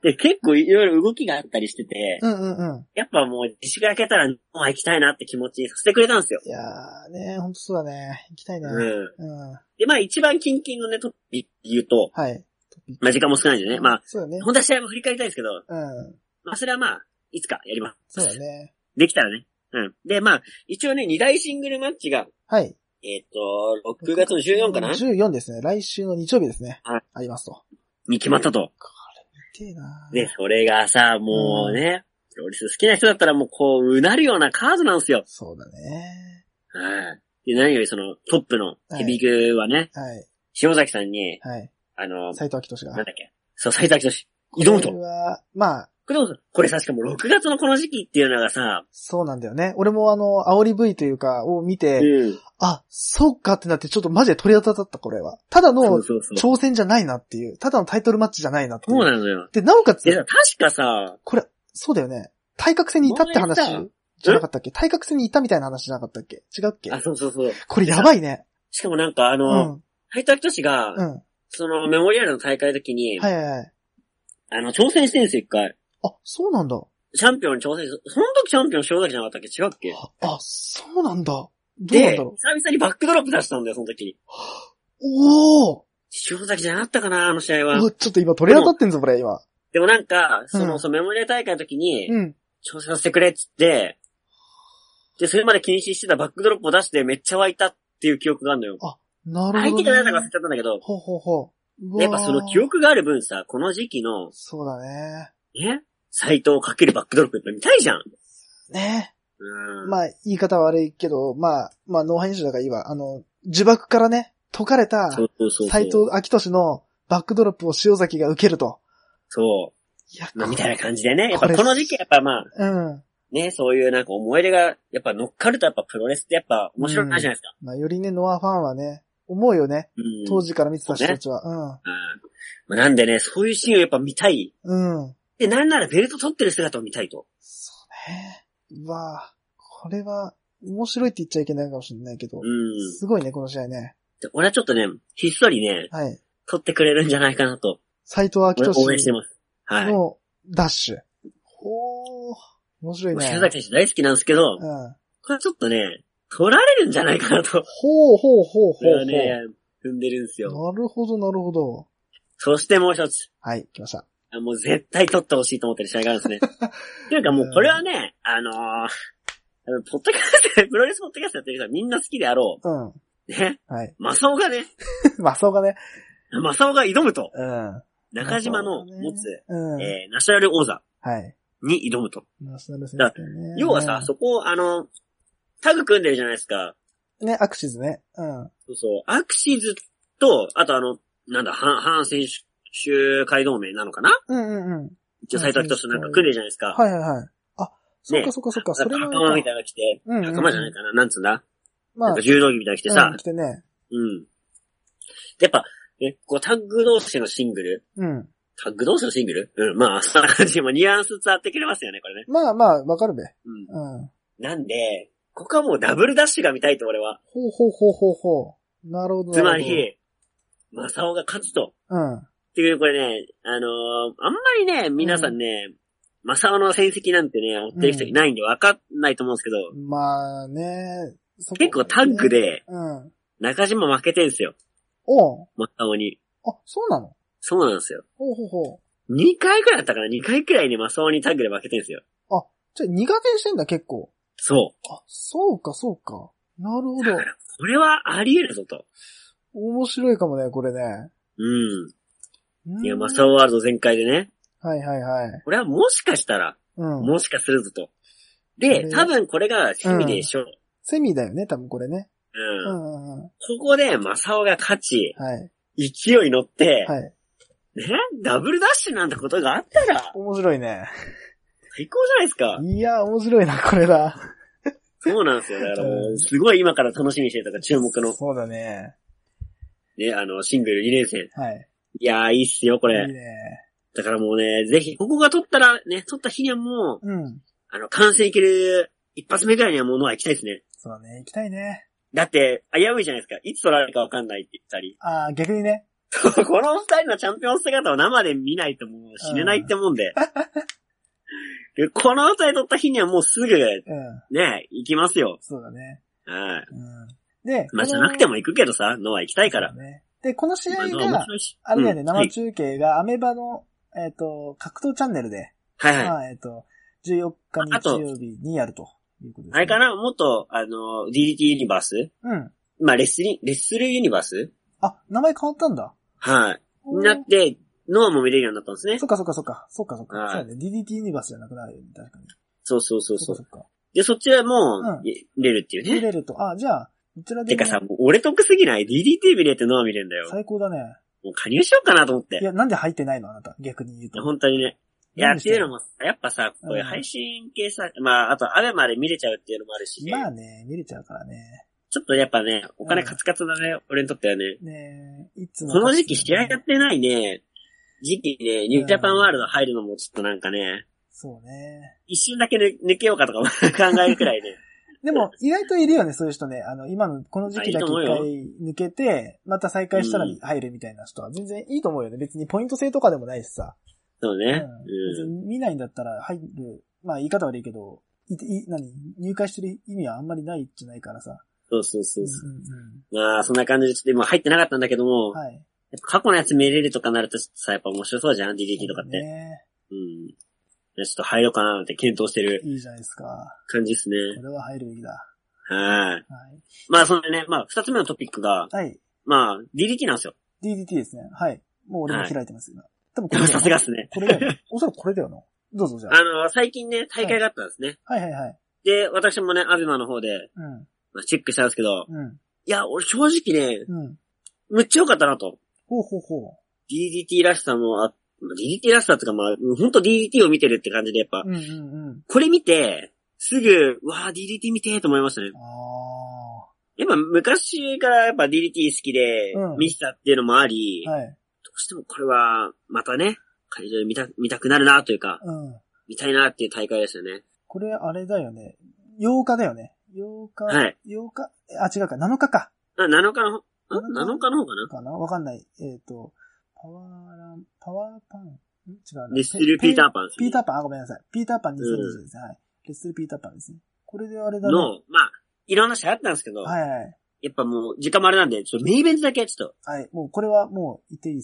で、結構いろいろ動きがあったりしてて、 うんうんうん。 やっぱもう自粛明けたらノア行きたいなって気持ちにさせてくれたんですよ。 いやーね、ほんとそうだね。行きたいね。うん。 うん。で、まあ一番キンキンのね、トピック言うと、 はい。 まあ時間も少ないんでね。まあ、 そうだね。 本当は試合も振り返りたいですけど、 うん。 まあそれはまあ、いつかやります。 そうだね。 できたらね。うん。で、まあ、一応ね、二大シングルマッチが、 はい。 えっ、ー、と、ろくがつのじゅうよっかかな ?じゅうよん ですね。来週の日曜日ですね。はい。ありますと。 に決まったと。 これ見てえなで、それがさ、もうね、プロレス好きな人だったらもうこう、うなるようなカードなんですよ。 そうだね。 はい。で、何よりその、トップのヘビグはね、 はい。 塩崎さんに、 はい。 あの、 斉藤明俊が。 なんだっけ。そう、斉藤明俊。挑むと。 これは、まあ、 これさ、しかもろくがつのこの時期っていうのがさ、 そうなんだよね。俺もあの、煽り V というか、を見て、うん、あ、そうかってなってちょっとマジで鳥肌立った、これは。ただの挑戦じゃないなっていう。ただのタイトルマッチじゃないなっていう。 そうなのよ。 で、なおかつ、 確かさ、 これ、そうだよね。対角線にいたって話じゃなかったっけ？対角線にいたみたいな話じゃなかったっけ？違うっけ？ あ、そうそうそう。 これやばいね。 しかもなんかあの、斉藤明俊が、 うん、 そのメモリアルの大会の時に、 はいはいはい。 あの、挑戦してんすよ、一回。 あ、そうなんだ。 チャンピオンに挑戦して、その時チャンピオン塩崎じゃなかったっけ？違うっけ？ あ、そうなんだ。どうなんだろう。 で、久々にバックドロップ出したんだよ、その時に。 おー！ 塩崎じゃなかったかな、あの試合は。 ちょっと今鳥当たってんぞ、これ、今。 でもなんか、その、うん、そのメモリアル大会の時に、 うん。 挑戦させてくれっつって、で、それまで禁止してたバックドロップを出してめっちゃ湧いたっていう記憶があるのよ。 あ、なるほど、ね。 相手が何だか忘れちゃったんだけど。 ほうほうほう。やっぱその記憶がある分さ、この時期の。 そうだね。 ね斎藤をかけるバックドロップやっぱ見たいじゃん。 ねうん。 まあ、言い方は悪いけど、まあ、まあ、ノーハインジだからいいわ。あの、呪縛からね、解かれた、斎藤明俊のバックドロップを塩崎が受けると。 そう。いや、まあ、みたいな感じでね。やっぱこの時期やっぱまあ、 うん。 ね、そういうなんか思い出が、やっぱ乗っかるとやっぱプロレスってやっぱ面白くないじゃないですか。 うん、まあ、よりね、ノアファンはね、思うよね。うん、当時から見てた人たちは。うね、うん。 まあ、なんでね、そういうシーンをやっぱ見たい。 うん。 で、なんならベルト取ってる姿を見たいと。 そうね。うわぁ。これは、面白いって言っちゃいけないかもしれないけど。 うん。 すごいね、この試合ね。 で俺はちょっとね、ひっそりね、 はい。 取ってくれるんじゃないかなと。 斉藤明俊。 応援してます。はい。 のダッシュ。ほー。面白いね。 塩崎選手大好きなんですけど、うん。これちょっとね、取られるんじゃないかなと。 ほうほうほうほうほう。 これはね、踏んでるんですよ。 なるほど、なるほど。 そしてもう一つ。 はい、来ました。 もう絶対取ってほしいと思ってる試合があるんですね。っていうかもうこれはね、あのー、ポッドキャスト、プロレスポッドキャストやってる人はみんな好きであろう。うん。ね。はい。マサオがね。 マサオがね。 マサオが挑むと。 うん。 中島の持つ、ねうん、えー、ナショナル王座。はい。に挑むと。ナショナル選手権ね。要はさ、うん、そこ、あの、タグ組んでるじゃないですか。 ね、アクシズね。うん。 そうそう。アクシズと、あとあの、なんだ、ハン、ハン選手会同盟なのかなうんうんうん。 一応斎藤仁となんか組んでるじゃないですか。 はいはいはい。あ、そっかそっかそっか。それも。袴みたいなの着て、うんうんうん、袴じゃないかななんつうんだまあ。なんか柔道着みたいなの着てさ。 うん、着てね。 うん。やっぱ、え、こうタッグ同士のシングルうん。タッグ同士のシングルうん、まあ、そんな感じでもニュアンス伝わってくれますよね、これね。 まあまあ、わかるべ。 うん。うん。なんで、ここはもうダブルダッシュが見たいと、俺は。 ほうほうほうほうほう。なるほど。 つまり、マサオが勝つと。うん。っていう、これね、あのー、あんまりね、皆さんね、うん、マサオの戦績なんてね、追ってる人いないんで分かんないと思うんですけど。 うん、まあね、 結構タッグで、うん。中島負けてんすよ。 おう。 マサオに。 あ、そうなの？ そうなんですよ。 ほうほうほう。にかいくらいだったかな ?に 回くらいね、マサオにタッグで負けてんすよ。 あ、じゃあ苦手にしてんだ、結構。 そう。 あ、そうか、そうか。なるほど。だからこれはあり得るぞと。 面白いかもね、これね。 うん。いや、マサオワールド全開でね。 はいはいはい。 これはもしかしたら、うん、もしかするぞと。で、多分これがセミでしょう、うん。 セミだよね、多分これね。 うん。うんうんうん、ここでマサオが勝ち、 はい。 勢い乗って、はい。ね、ダブルダッシュなんてことがあったら。 面白いね。 最高じゃないですか。 いや、面白いな、これだ。 そうなんですよ。だからもう、すごい今から楽しみにしてるとか注目の。 そうだね。 ね、あの、シングルにねん戦。 はい。 いやー、いいっすよ、これ。 いいね。 だからもうね、ぜひ、ここが取ったら、ね、取った日にはもう、うん。あの、完成いける一発目ぐらいにはもうノア行きたいですね。 そうだね、行きたいね。 だって、危ういじゃないですか。いつ取られるかわかんないって言ったり。 ああ、逆にね。 この二人のチャンピオン姿を生で見ないともう死ねないってもんで。うん、この二人取った日にはもうすぐ、うん、ね、行きますよ。 そうだね。 はい、うん。で、まあじゃなくても行くけどさ、ノア行きたいから。 ね。で、この試合が、あれだよね、うん、生中継がアメバの、えっ、ー、と、格闘チャンネルで、 はいはい。 まあ、えっ、ー、と、じゅうよっか日曜日にやるということです、ね。 あれかなもっと、あの、ディーディーティー ユニバースうん。まあ、レッスリン、レッスルユニバースあ、名前変わったんだ。 はい。になって、ノアも見れるようになったんですね。 そっかそっかそっか。そっかそっか。そうね。ディーディーティー ユニバースじゃなくなるよね、確かに。 そうそうそうそう。そっかそっか。で、そっちはもう、見れるっていうね。 見れると。あ、じゃあ、こちらで。 てかさ、もう俺得すぎない ?ディーディーティー 見れてノア見れるんだよ。 最高だね。 もう加入しようかなと思って。 いや、なんで入ってないのあなた、逆に言うと。 本当にね。いや、っていうのも、やっぱさ、こういう配信系さ、うん、まあ、あと、アベマで見れちゃうっていうのもあるし、 ね。まあね、見れちゃうからね。 ちょっとやっぱね、お金カツカツだね、うん、俺にとってはね。 ねえ、いつも、 ね。この時期試合やってないね、時期ね、ニュージャパンワールド入るのもちょっとなんかね、うん、 そうね。 一瞬だけ抜けようかとか考えるくらいで。 でも、意外といるよね、そういう人ね。あの、今の、この時期だけ一回抜けて、また再開したら入るみたいな人は全然いいと思うよね。別にポイント制とかでもないしさ。 そうね。 うん。別に見ないんだったら入る。まあ言い方悪いけど、い、い、何入会してる意味はあんまりないじゃないからさ。 そうそうそうそう、うんうんうん。まあ、そんな感じでちょっと今入ってなかったんだけども、 はい。 過去のやつ見れるとかなるとさ、やっぱ面白そうじゃん ?ディーディーティー とかって。ね。うん。ちょっと入ろうかななんて検討してる。 いいじゃないですか。 感じですね。 これは入るべきだ。 はい。はい。まあ、そのね、まあ、二つ目のトピックが、 はい。 まあ、ディーディーティー なんですよ。 ディーディーティー ですね。はい。もう俺も開いてますよ、はい、 今。多分これ。さすがっすね。 これだよ。おそらくこれだよな。どうぞじゃあ。 あの、最近ね、大会があったんですね。 はい、はい、はいはい。 で、私もね、アベマの方で、うん。まあ、チェックしたんですけど、うん。いや、俺正直ね、うん。むっちゃ良かったなと。 ほうほうほう。 ディーディーティー らしさもあ、ディーディーティー らしさっていうかまあ、ほんと ディーディーティー を見てるって感じでやっぱ、うんうんうん。これ見て、すぐ、うわぁ、ディーディーティー 見てーと思いましたね。ああ。やっぱ昔からやっぱ ディーディーティー 好きで、見てたっていうのもあり、うん、はい。どうしてもこれは、またね、会場で見た、見たくなるなというか、うん。見たいなっていう大会ですよね。 これあれだよね。ようかだよね。ようか。 はい。 ようか、あ、違うか、なのかか。 あ、なのかの、なのかの方かなかなわかんない。えっ、ー、と、パワーラン、パワーパン、ん違うな。 レッスルピーターパンです、 ね。ピーターパン、あ、ごめんなさい。ピーターパンにせんにじゅうですね、うん。はい。レッスルピーターパンですね。これであれだね。 の、まあ、いろんな試合あったんですけど、 はいはい。 やっぱもう、時間もあれなんで、ちょっとメインイベントだけちょっと。 はい。もうこれはもう言っていいですよ。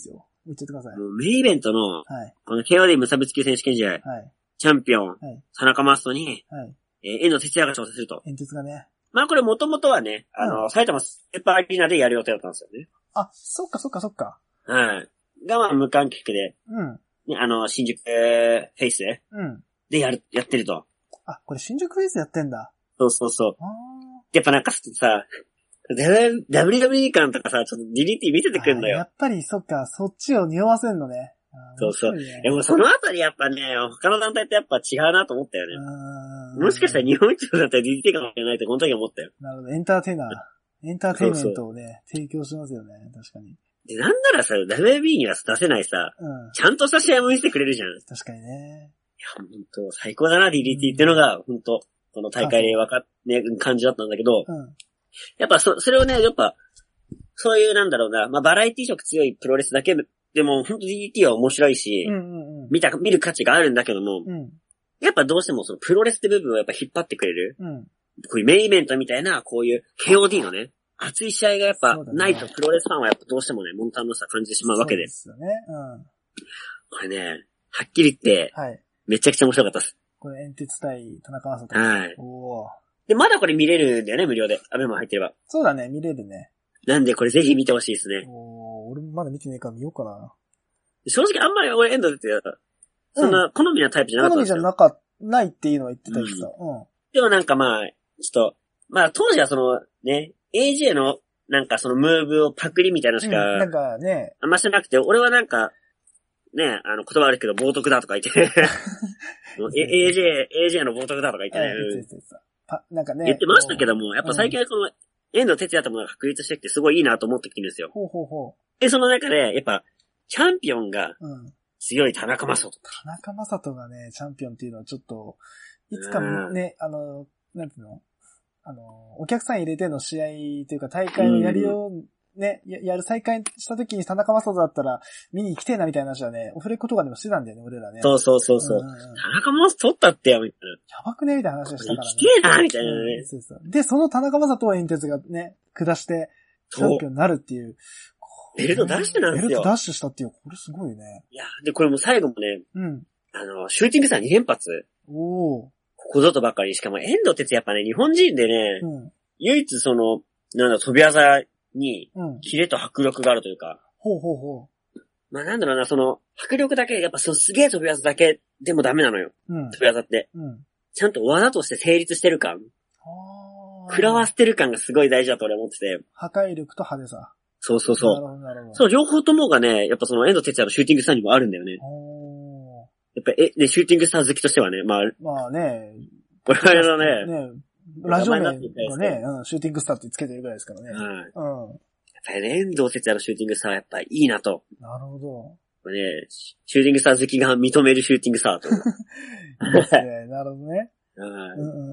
言っちゃってください。 もうメインイベントの、 はい。 この ケーオーディー 無差別級選手権試合。 はい。 チャンピオン、 はい。 田中マストに、 はい。 えー、遠藤哲也が挑戦すると。 遠鉄がね。 まあこれもともとはね、あの、うん、埼玉スーパーアリーナでやる予定だったんですよね。 あ、そっかそっかそっか。 はい。がまあ無観客で、 うん。 ね、あの、新宿、えー、フェイスで、 うん。 でやる、やってると。 あ、これ新宿フェイスやってんだ。 そうそうそう。やっぱなんかさ、ダブリューダブリューイー 感とかさ、ちょっと ディーディーティー 見せてくんのよ。 やっぱりそっか、そっちを匂わせんのね。 そうそう。でもそのあたりやっぱね、他の団体ってやっぱ違うなと思ったよね。もしかしたら日本一の団体 ディーディーティー かもしれないってこの時思ったよ。 なるほど、エンターテイナー。エンターテイメントをね、そうそう提供しますよね、確かに。 で、なんならさ、ダブリューダブリューイー には出せないさ、うん、ちゃんとした試合も見せてくれるじゃん。 確かにね。 いや、ほんと、最高だな、ディーディーティー っていうのが、ほんと、この大会でわかっ、ね、感じだったんだけど、うん、やっぱそ、それをね、やっぱ、そういうなんだろうな、まあ、バラエティ色強いプロレスだけでも、ほんと ディーディーティー は面白いし、うんうんうん、見た、見る価値があるんだけども、うん、やっぱどうしてもそのプロレスって部分をやっぱ引っ張ってくれる、うん、こういうメインイベントみたいな、こういう ケーオーディー のね、熱い試合がやっぱないとプロレスファンはやっぱどうしてもね、物足りなさ感じてしまうわけで。 そうですよね。うん。 これね、はっきり言って、はい。めちゃくちゃ面白かったです。 これ、遠鉄対田中正人。 はい。 おー。 で、まだこれ見れるんだよね、無料で。アベマ入ってれば。 そうだね、見れるね。 なんでこれぜひ見てほしいですね。 おー、俺もまだ見てねえから見ようかな。 正直あんまり俺エンドってそんな好みなタイプじゃなかったんですよ。 好みじゃなか、ないっていうのは言ってたりした。うん。うん、 でもなんかまあ、ちょっと、まあ当時はそのね、エージェー のなんかそのムーブをパクリみたいなのしか、うん、 なんかね、 あんましてなくて、俺はなんか、ね、あの言葉あるけど冒涜だとか言って、エージェー、エージェー の冒涜だとか言ってね、 なんかね、 言ってましたけども、やっぱ最近はこの、遠藤哲也ってものが確立してきてすごいいいなと思ってきてるんですよ。 ほうほうほう。 で、その中で、やっぱ、チャンピオンが、強い田中正人。 田中正人がね、チャンピオンっていうのはちょっと、いつかね、あの、なんていうのあの、お客さん入れての試合というか大会をやるよう、ね、や、やる再開した時に田中正人だったら見に行きてえなみたいな話はね、オフレコとかでもしてたんだよね、俺らね。 そうそうそうそう、うんうん。田中正人取ったってよ、みたいな。 やばくねみたいな話をしたからね。 行きてえなみたいなね、うんそうそう。で、その田中正人を遠鉄がね、下して、チャンピオンになるっていう。 ベルトダッシュなんですよ。 ベルトダッシュしたっていう、これすごいね。 いや、で、これも最後もね、うん。あの、シューティングスターに連発。 おー。 ここぞとばかり、しかも遠藤哲也やっぱね、日本人でね、うん、唯一その、なんだ、飛び技に、キレと迫力があるというか。 うん、ほうほうほう。 まあなんだろうな、その、迫力だけ、やっぱそのすげえ飛び技だけでもダメなのよ。うん、飛び技って、うん。ちゃんと技として成立してる感。食らわせてる感がすごい大事だと俺は思ってて。 破壊力と派手さ。 そうそうそう。 なるほど、なるほど。 そう、両方ともがね、やっぱその遠藤哲也のシューティングスターにもあるんだよね。やっぱ、え、で、シューティングスター好きとしてはね、まあ。 まあね。 これはね。 ね、ラジオ名がね、うん、シューティングスターってつけてるぐらいですからね。はい。うん。やっぱり遠藤哲也のシューティングスターはやっぱいいなと。 なるほど。 これね、シューティングスター好きが認めるシューティングスターと。 いいですね。なるほどね。 はい。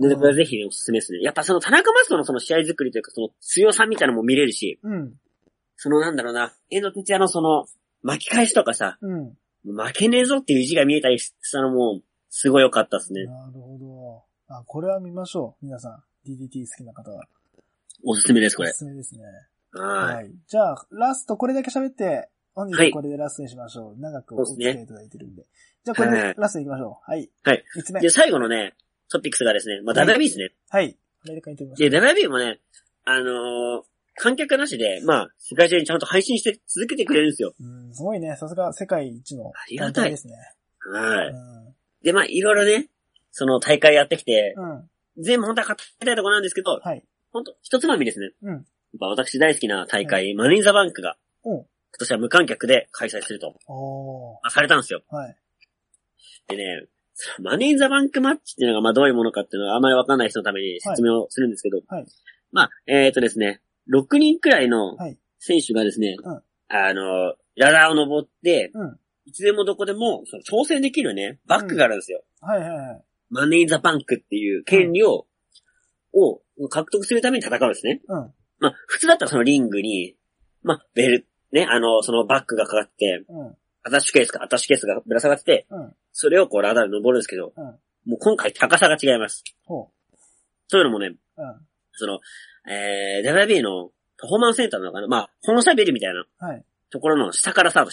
で、これぜひおすすめですね。やっぱその田中正人のその試合作りというか、その強さみたいなのも見れるし。うん。そのなんだろうな、遠藤哲也のその巻き返しとかさ。うん。負けねえぞっていう意地が見えたりしたのも、すごい良かったですね。 なるほど。あ、これは見ましょう。皆さん。ディーディーティー 好きな方は。 おすすめです、これ。 おすすめですね。 はい。はい。 じゃあ、ラストこれだけ喋って、本日はこれでラストにしましょう。はい、長くお付き合いいただいてるんで。でね、じゃあこれでラストに行きましょう。はい。 はい。 みっつめ。 で、最後のね、トピックスがですね、まあ、ダブリューダブリューイー ですね。 はい。アメリカに飛びました。で、ダブリューダブリューイー もね、あのー、観客なしで、まあ、世界中にちゃんと配信して続けてくれるんですよ。 うん、すごいね。さすが世界一の。 ありがたいですね。 はい。うん、で、まあ、いろいろね、その大会やってきて、うん、全部本当は語りたいところなんですけど、はい。本当一つまみですね。うん。やっぱ私大好きな大会、はい、マネー・イン・ザ・バンクが、うん。今年は無観客で開催すると。おー。あ、されたんですよ。はい。でね、マネー・イン・ザ・バンクマッチっていうのが、まあ、どういうものかっていうのはあまりわかんない人のために説明をするんですけど、はい。はい、まあ、えーとですね、ろくにんくらいの選手がですね、はい、うん、あの、ラダーを登って、うん、いつでもどこでもその挑戦できるね、バックがあるんですよ。うん、はいはいはい。マネー・イン・ザ・バンクっていう権利を、うん、を獲得するために戦うんですね。うん。まあ、普通だったらそのリングに、まあ、ベル、ね、あの、そのバックがかかって、うん。アタッシュケースか、アタッシュケースがぶら下がってて、うん。それをこうラダーで登るんですけど、うん。もう今回高さが違います。ほう。そういうのもね、うん。その、えー、ダブリューダブリューイー のパフォーマンスセンターのかな、まあ、本社ビルみたいな、はい。ところの下からスタートします。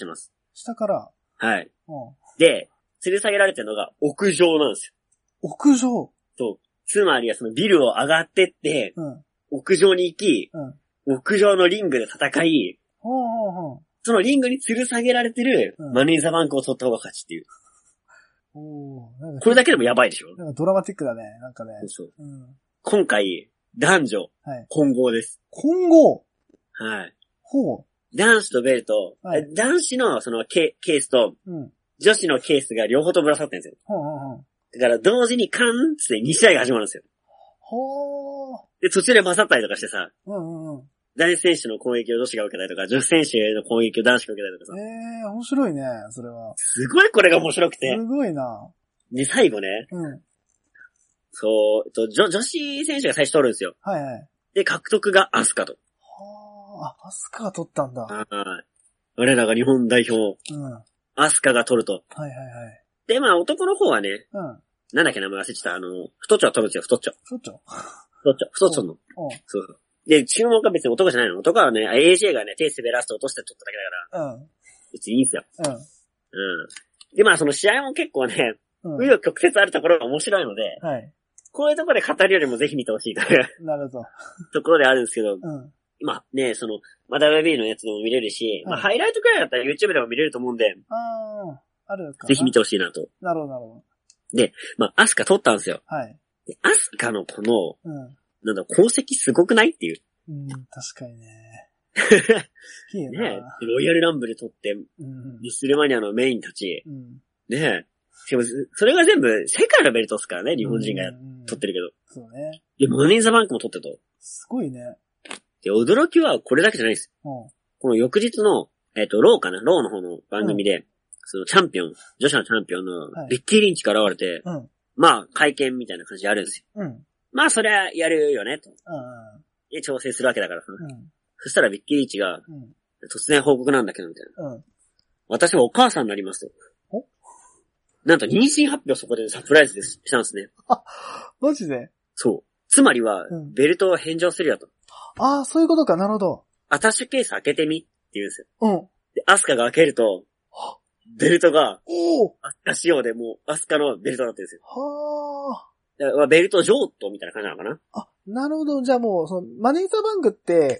下から。 はい。 うん、 で、吊り下げられてるのが屋上なんですよ。 屋上？ そう。つまりはそのビルを上がってって、うん、屋上に行き、うん、屋上のリングで戦い、ほうほうほう、そのリングに吊る下げられてるマネーザバンクを取った方が勝ちっていう。うん、おなんかこれだけでもやばいでしょ？ なんかドラマティックだね。なんかね。 そうそう、うん、今回、男女、はい、混合です。 混合？ はい。 ほう。 男子とベルト、はい、男子のそのケケースと、うん、女子のケースが両方とぶら下がってるんですよ。ほうほうほう、だから同時にカンってに試合が始まるんですよ。ほー。で、途中で混ざったりとかしてさ、うんうんうん、男子選手の攻撃を女子が受けたりとか、女子選手の攻撃を男子が受けたりとかさ。 えー、面白いね、それは。 すごいこれが面白くて。 すごいな。 で、最後ね、うん、そう、えっと、女、女子選手が最初取るんですよ。はいはい。で、獲得がアスカと。 はあ、アスカが取ったんだ。 はい。我らが日本代表、うん、アスカが取ると。はいはいはい。で、まあ男の方はね、うん、なんだっけ名前忘れてた、あの、太っちょは取るんですよ、太っちょ。 太っちょ太っちょ、太っちょの。そうそう。で、注目は別に男じゃないの。男はね、エージェー がね、手滑らすと落として取っただけだから、うん。別にいいんですよ。うん。うん。で、まあその試合も結構ね、紆余曲折あるところが面白いので、はい。こういうところで語るよりもぜひ見てほしいという。 なるほど。 ところであるんですけど、うん。今ね、その、まあ、ダブリュービー のやつでも見れるし、はい、まあ、ハイライトくらいだったら YouTube でも見れると思うんで、ああ、あるか。ぜひ見てほしいなと。 なるほど、なるほど。 で、まあ、アスカ撮ったんですよ。はい。でアスカのこの、うん、なんだ、功績すごくないっていう。 うん、確かにね。 ねえ、ロイヤルランブル撮って、うん、リスルマニアのメインたち、うん、ねえ、それが全部世界のベルトですからね、日本人が撮ってるけど。うんうん、そうね。で、マネーザバンクも撮ってと。 すごいね。 で、驚きはこれだけじゃないです。うん、この翌日の、えっと、ローかなローの方の番組で、うん、そのチャンピオン、女子のチャンピオンのビッキー・リンチが現れて、はい、まあ、会見みたいな感じでやるんですよ。うん、まあ、それはやるよね、と。うん、で、調整するわけだからさ。うん、そしたらビッキー・リンチが、うん、突然報告なんだけど、みたいな。うん、私はお母さんになりますと。なんと妊娠発表そこでサプライズでしたんですね。 あ、マジで？ そう。つまりは、ベルトを返上するよと。 うん、ああ、そういうことか、なるほど。 アタッシュケース開けてみって言うんですよ。うん。で、アスカが開けると、ベルトが、おアスカ仕様でもう、アスカのベルトになってるんですよ。はあ。ベルト譲渡みたいな感じなのかな？ あ、なるほど。じゃあもう、その、マネーザーバンクって、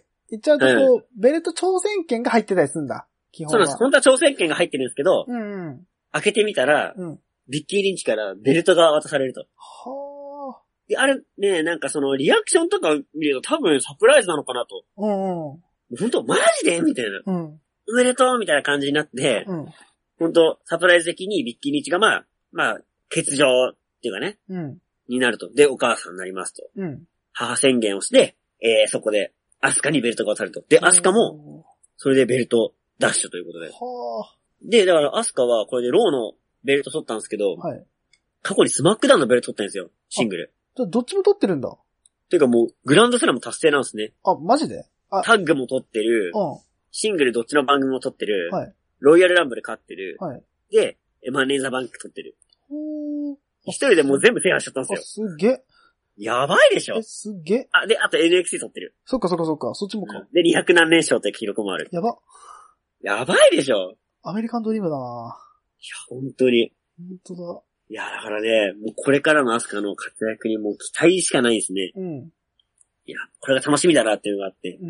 言っちゃうとこう、うん、ベルト挑戦権が入ってたりするんだ。基本は。そうなんです。本当は挑戦権が入ってるんですけど、うんうん。開けてみたら、うん、ビッキー・リンチからベルトが渡されると。はあ。で、あれね、なんかそのリアクションとか見ると多分サプライズなのかなと。うんうん。本当マジでみたいな。うん。おめでとうみたいな感じになって、うん。本当サプライズ的にビッキー・リンチがまあ、まあ、欠場っていうかね。うん。になると。で、お母さんになりますと。うん。母宣言をして、えー、そこで、アスカにベルトが渡されると。で、アスカも、それでベルトダッシュということで。はあ。で、だからアスカはこれでローのベルト取ったんですけど、はい。過去にスマックダウンのベルト取ったんですよ。シングル。 じゃどっちも取ってるんだ。 というかもう、グランドスラム達成なんですね。 あ、マジで？あ、 タッグも取ってる。うん。シングルどっちの番組も取ってる。はい。ロイヤルランブル勝ってる。はい。で、マネーザーバンク取ってる。ほー。一人でもう全部制覇しちゃったんですよ。 すげえ。 やばいでしょ？ え、すげえ。 あ、で、あと エヌエックスティー 取ってる。 そっかそっかそっか、そっちもか。うん、 で、にひゃく何連勝って記録もある。 やば。 やばいでしょ？ アメリカンドリームだな。 いや、本当に。 本当だ。 いや、だからね、もうこれからのアスカの活躍にもう期待しかないですね。うん。いや、これが楽しみだなっていうのがあって。うん。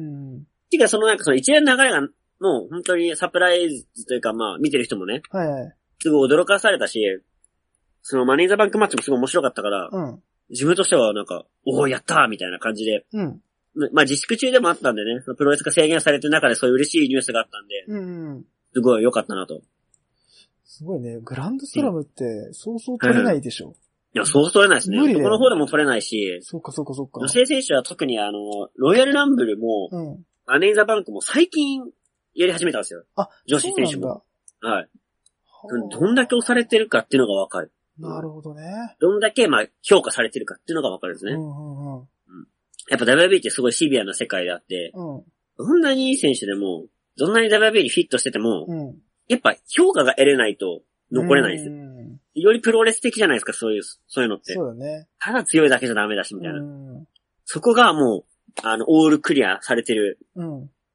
てか、そのなんかその一連の流れが、もう本当にサプライズというか、まあ、見てる人もね。はいはい。すごい驚かされたし、そのマネーザーバンクマッチもすごい面白かったから、うん。自分としてはなんか、おーやったーみたいな感じで。うん。まあ自粛中でもあったんでね、プロレスが制限されてる中でそういう嬉しいニュースがあったんで、うんうん。すごい良かったなと。 すごいね。グランドスラムって、そうそう取れないでしょ。うん、いや、そうそう取れないですね。無理だよね。この方でも取れないし。 そうかそうかそうか。 女性選手は特にあの、ロイヤルランブルも、うん、マネーザーバンクも最近やり始めたんですよ。あ、女子選手も。はい。どんだけ押されてるかっていうのがわかる。 なるほどね。 どんだけ、まあ、評価されてるかっていうのがわかるんですね。うんうんうん。やっぱ ダブリューダブリューイー ってすごいシビアな世界であって、うん、どんなにいい選手でも、どんなに ダブリューダブリューイー にフィットしてても、うん、やっぱ評価が得れないと残れないんですよ。よりプロレス的じゃないですか、そういう、そういうのって。 そうだね。 ただ強いだけじゃダメだし、みたいな。そこがもう、あの、オールクリアされてる。うん、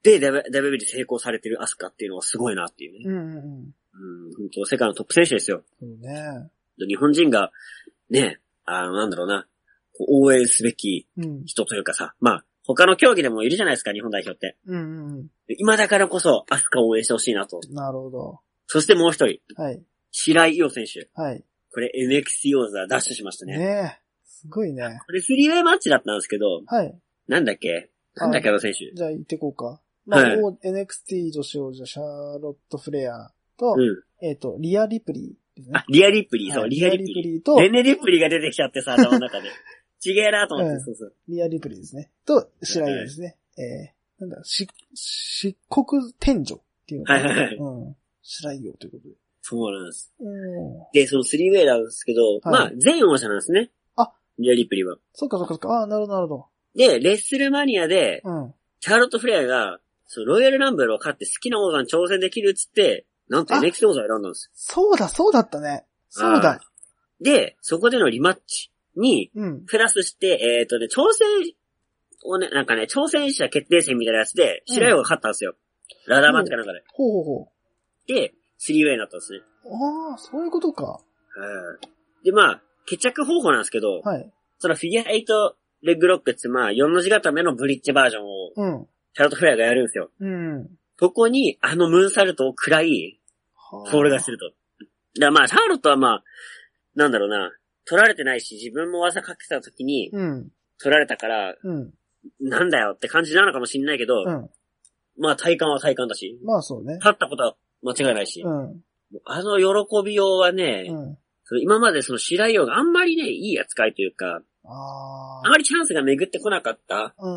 で、ダブリューダブリューイー で成功されてるアスカっていうのはすごいなっていうね。 うんうんうん。 うん、本当世界のトップ選手ですよ。 そうね。 日本人が、ね、あの、なんだろうな、応援すべき人というかさ、うん、まあ、他の競技でもいるじゃないですか、日本代表って。 うんうんうん。 今だからこそ、アスカを応援してほしいなと。 なるほど。 そしてもう一人。 はい。 白井伊代選手。 はい。 これ エヌエックスティー 王座ダッシュしましたね。 ねえ。すごいね。 これスリーウェイマッチだったんですけど。 はい。 なんだっけなんだっけあの選手。 じゃあ行ってこうか。まあ、はい、エヌエックスティー 女子王者シャーロット・フレアと、うん、えっ、ー、と、リア・リプリーですね。 あ、リア・リプリー、そう、はい、リア・リプリー。リア・リプリーと、レネ・リプリーが出てきちゃってさ、頭の中で。ちげえなと思って、うん、そうそう。 リア・リプリーですね。と、白井ですね。はい、えー、なんだ、し、漆黒天女っていうのかな。はいはいはい。うん。白井王ということで。 そうなんです。うん、で、そのスリーウェイなんですけど、はい、まあ、全王者なんですね。あ、リア・リプリーは。 そっかそっかそっか。ああ、なるほどなるほど。 で、レッスルマニアで、うん、シャーロット・フレアが、そう、ロイヤルランブルを勝って好きな王座に挑戦できるっつって、なんと エヌエックス 王座を選んだんですよ。 そうだ、そうだったね。そうだ。 で、そこでのリマッチに、プラスして、うん、えっ、ー、とね、挑戦をね、なんかね、挑戦者決定戦みたいなやつで、白井王が勝ったんですよ。うん、ラダーマッチかなんかで。 ほうほうほう。で、スリーウェイになったんですね。 ああ、そういうことか。 うん。で、まあ、決着方法なんですけど、はい。そのフィギュアエイトレッグロックって、まあ、よんの字固めのブリッジバージョンを、うん。シャーロット・フレアがやるんですよ。うん。そこに、あのムーンサルトを食らい、フォールがすると。だからまあ、シャーロットはまあ、なんだろうな、取られてないし、自分も技かけた時に、うん。取られたから、うん。なんだよって感じなのかもしれないけど、うん。まあ、体感は体感だし。 まあそうね。 勝ったことは間違いないし。うん。あの喜びようはね、うん。その今までその白井王があんまりね、いい扱いというか、ああまりチャンスが巡ってこなかった。うん。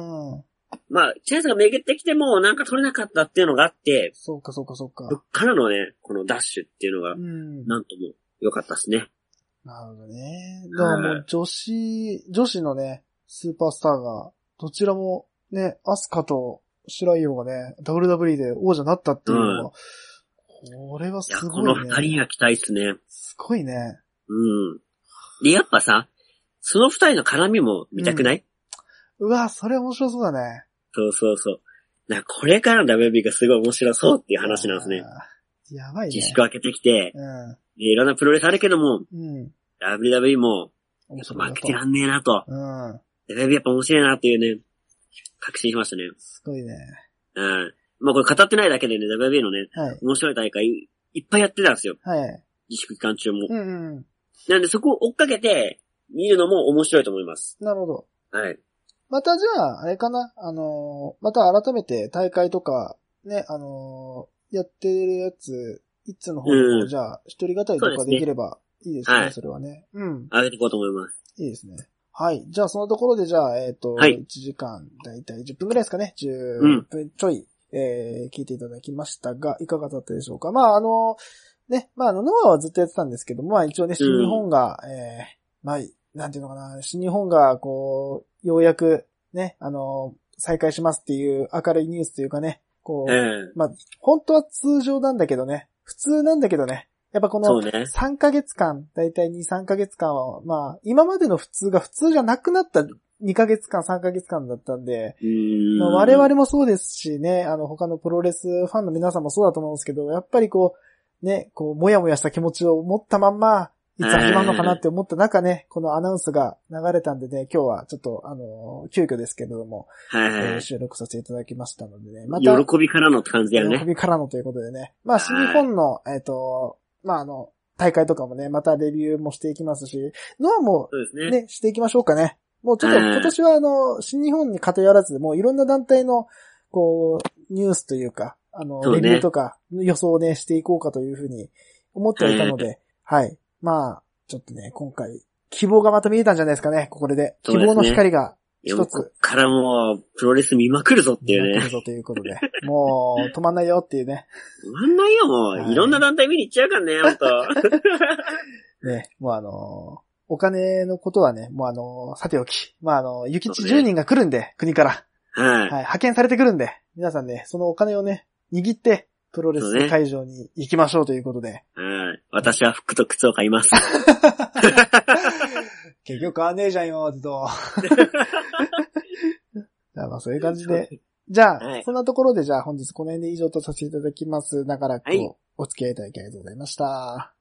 まあ、チャンスが巡ってきても、なんか取れなかったっていうのがあって、 そうかそうかそうか。 そっからのね、このダッシュっていうのが、うん、なんとも良かったですね。 なるほどね。だからもう女子、女子のね、スーパースターが、どちらもね、アスカと白井王がね、ダブリューダブリュー で王者になったっていうのは、うん、これはすごいね。 いや、この二人には期待っすね。 すごいね。 うん。で、やっぱさ、その二人の絡みも見たくない？ うん、うわ、それ面白そうだね。 そうそうそう。な、これからの ダブリューダブリュー がすごい面白そうっていう話なんですね。 やばいね。 自粛開けてきて、うん、いろんなプロレスあるけども、うん、ダブリューダブリュー も、負けてらんねえなと。うん、ダブリューダブリュー やっぱ面白いなっていうね、確信しましたね。 すごいね。 うん。まあこれ語ってないだけでね、ダブリューダブリュー のね、はい、面白い大会いっぱいやってたんですよ。はい。自粛期間中も。うんうん。なんでそこを追っかけて、見るのも面白いと思います。 なるほど。 はい。 またじゃあ、あれかなあのー、また改めて大会とか、ね、あのー、やってるやつ、いつの方でも、うん、じゃあ、一人語りとかできればいいですね、そ, ねはい、それはね。うん。 上げていこうと思います。 いいですね。はい。じゃあ、そのところで、じゃあ、えっ、ー、と、はい、いちじかん、だいたいじゅっぷんぐらいですかね。じゅっぷんちょい、うん、えー、聞いていただきましたが、いかがだったでしょうか。まあ、あのー、ね、まあ、あの、ノアはずっとやってたんですけども、まあ、一応ね、新日本が、うん、えー、まあ、なんていうのかな、新日本が、こう、ようやく、ね、あの、再開しますっていう明るいニュースというかね、こう、うん、まあ、本当は通常なんだけどね、普通なんだけどね、やっぱこのさんかげつかん、だいたいに、さんかげつかんは、まあ、今までの普通が普通じゃなくなったにかげつかん、さんかげつかんだったんで、まあ、我々もそうですしね、あの、他のプロレスファンの皆さんもそうだと思うんですけど、やっぱりこう、ね、こう、もやもやした気持ちを持ったまんま、いつ始まるのかなって思った中ね、このアナウンスが流れたんでね、今日はちょっと、あの、急遽ですけれども、はいはいはいえー、収録させていただきましたのでね、また。 喜びからのって感じだよね。 喜びからのということでね。まあ、新日本の、えっと、まあ、あの、大会とかもね、またレビューもしていきますし、ノアもね、ねしていきましょうかね。もうちょっと今年はあの、新日本に偏らず、もういろんな団体の、こう、ニュースというか、あの、ね、レビューとか予想をね、していこうかというふうに思ってはいたので、はい。まあ、ちょっとね、今回、希望がまた見えたんじゃないですかね、ここで。で希望の光が一つ。こっからもう、プロレス見まくるぞっていうね。 見まくるぞということで。もう、止まんないよっていうね。 止まんないよ、もう。はい、いろんな団体見に行っちゃうからね、ほんと。 ね、もうあのー、お金のことはね、もうあのー、さておき。まああのー、諭吉じゅうにんが来るんで、ね、国から。はい。はい。派遣されてくるんで、皆さんね、そのお金をね、握って、プロレス会場に行きましょうということで。 うん。私は服と靴を買います。 結局買わねえじゃんよ、ってと。まあそういう感じで、 じゃあ、 はい、 そんなところでじゃあ本日この辺で以上とさせていただきます。長らくはい、 お付き合いいただきありがとうございました。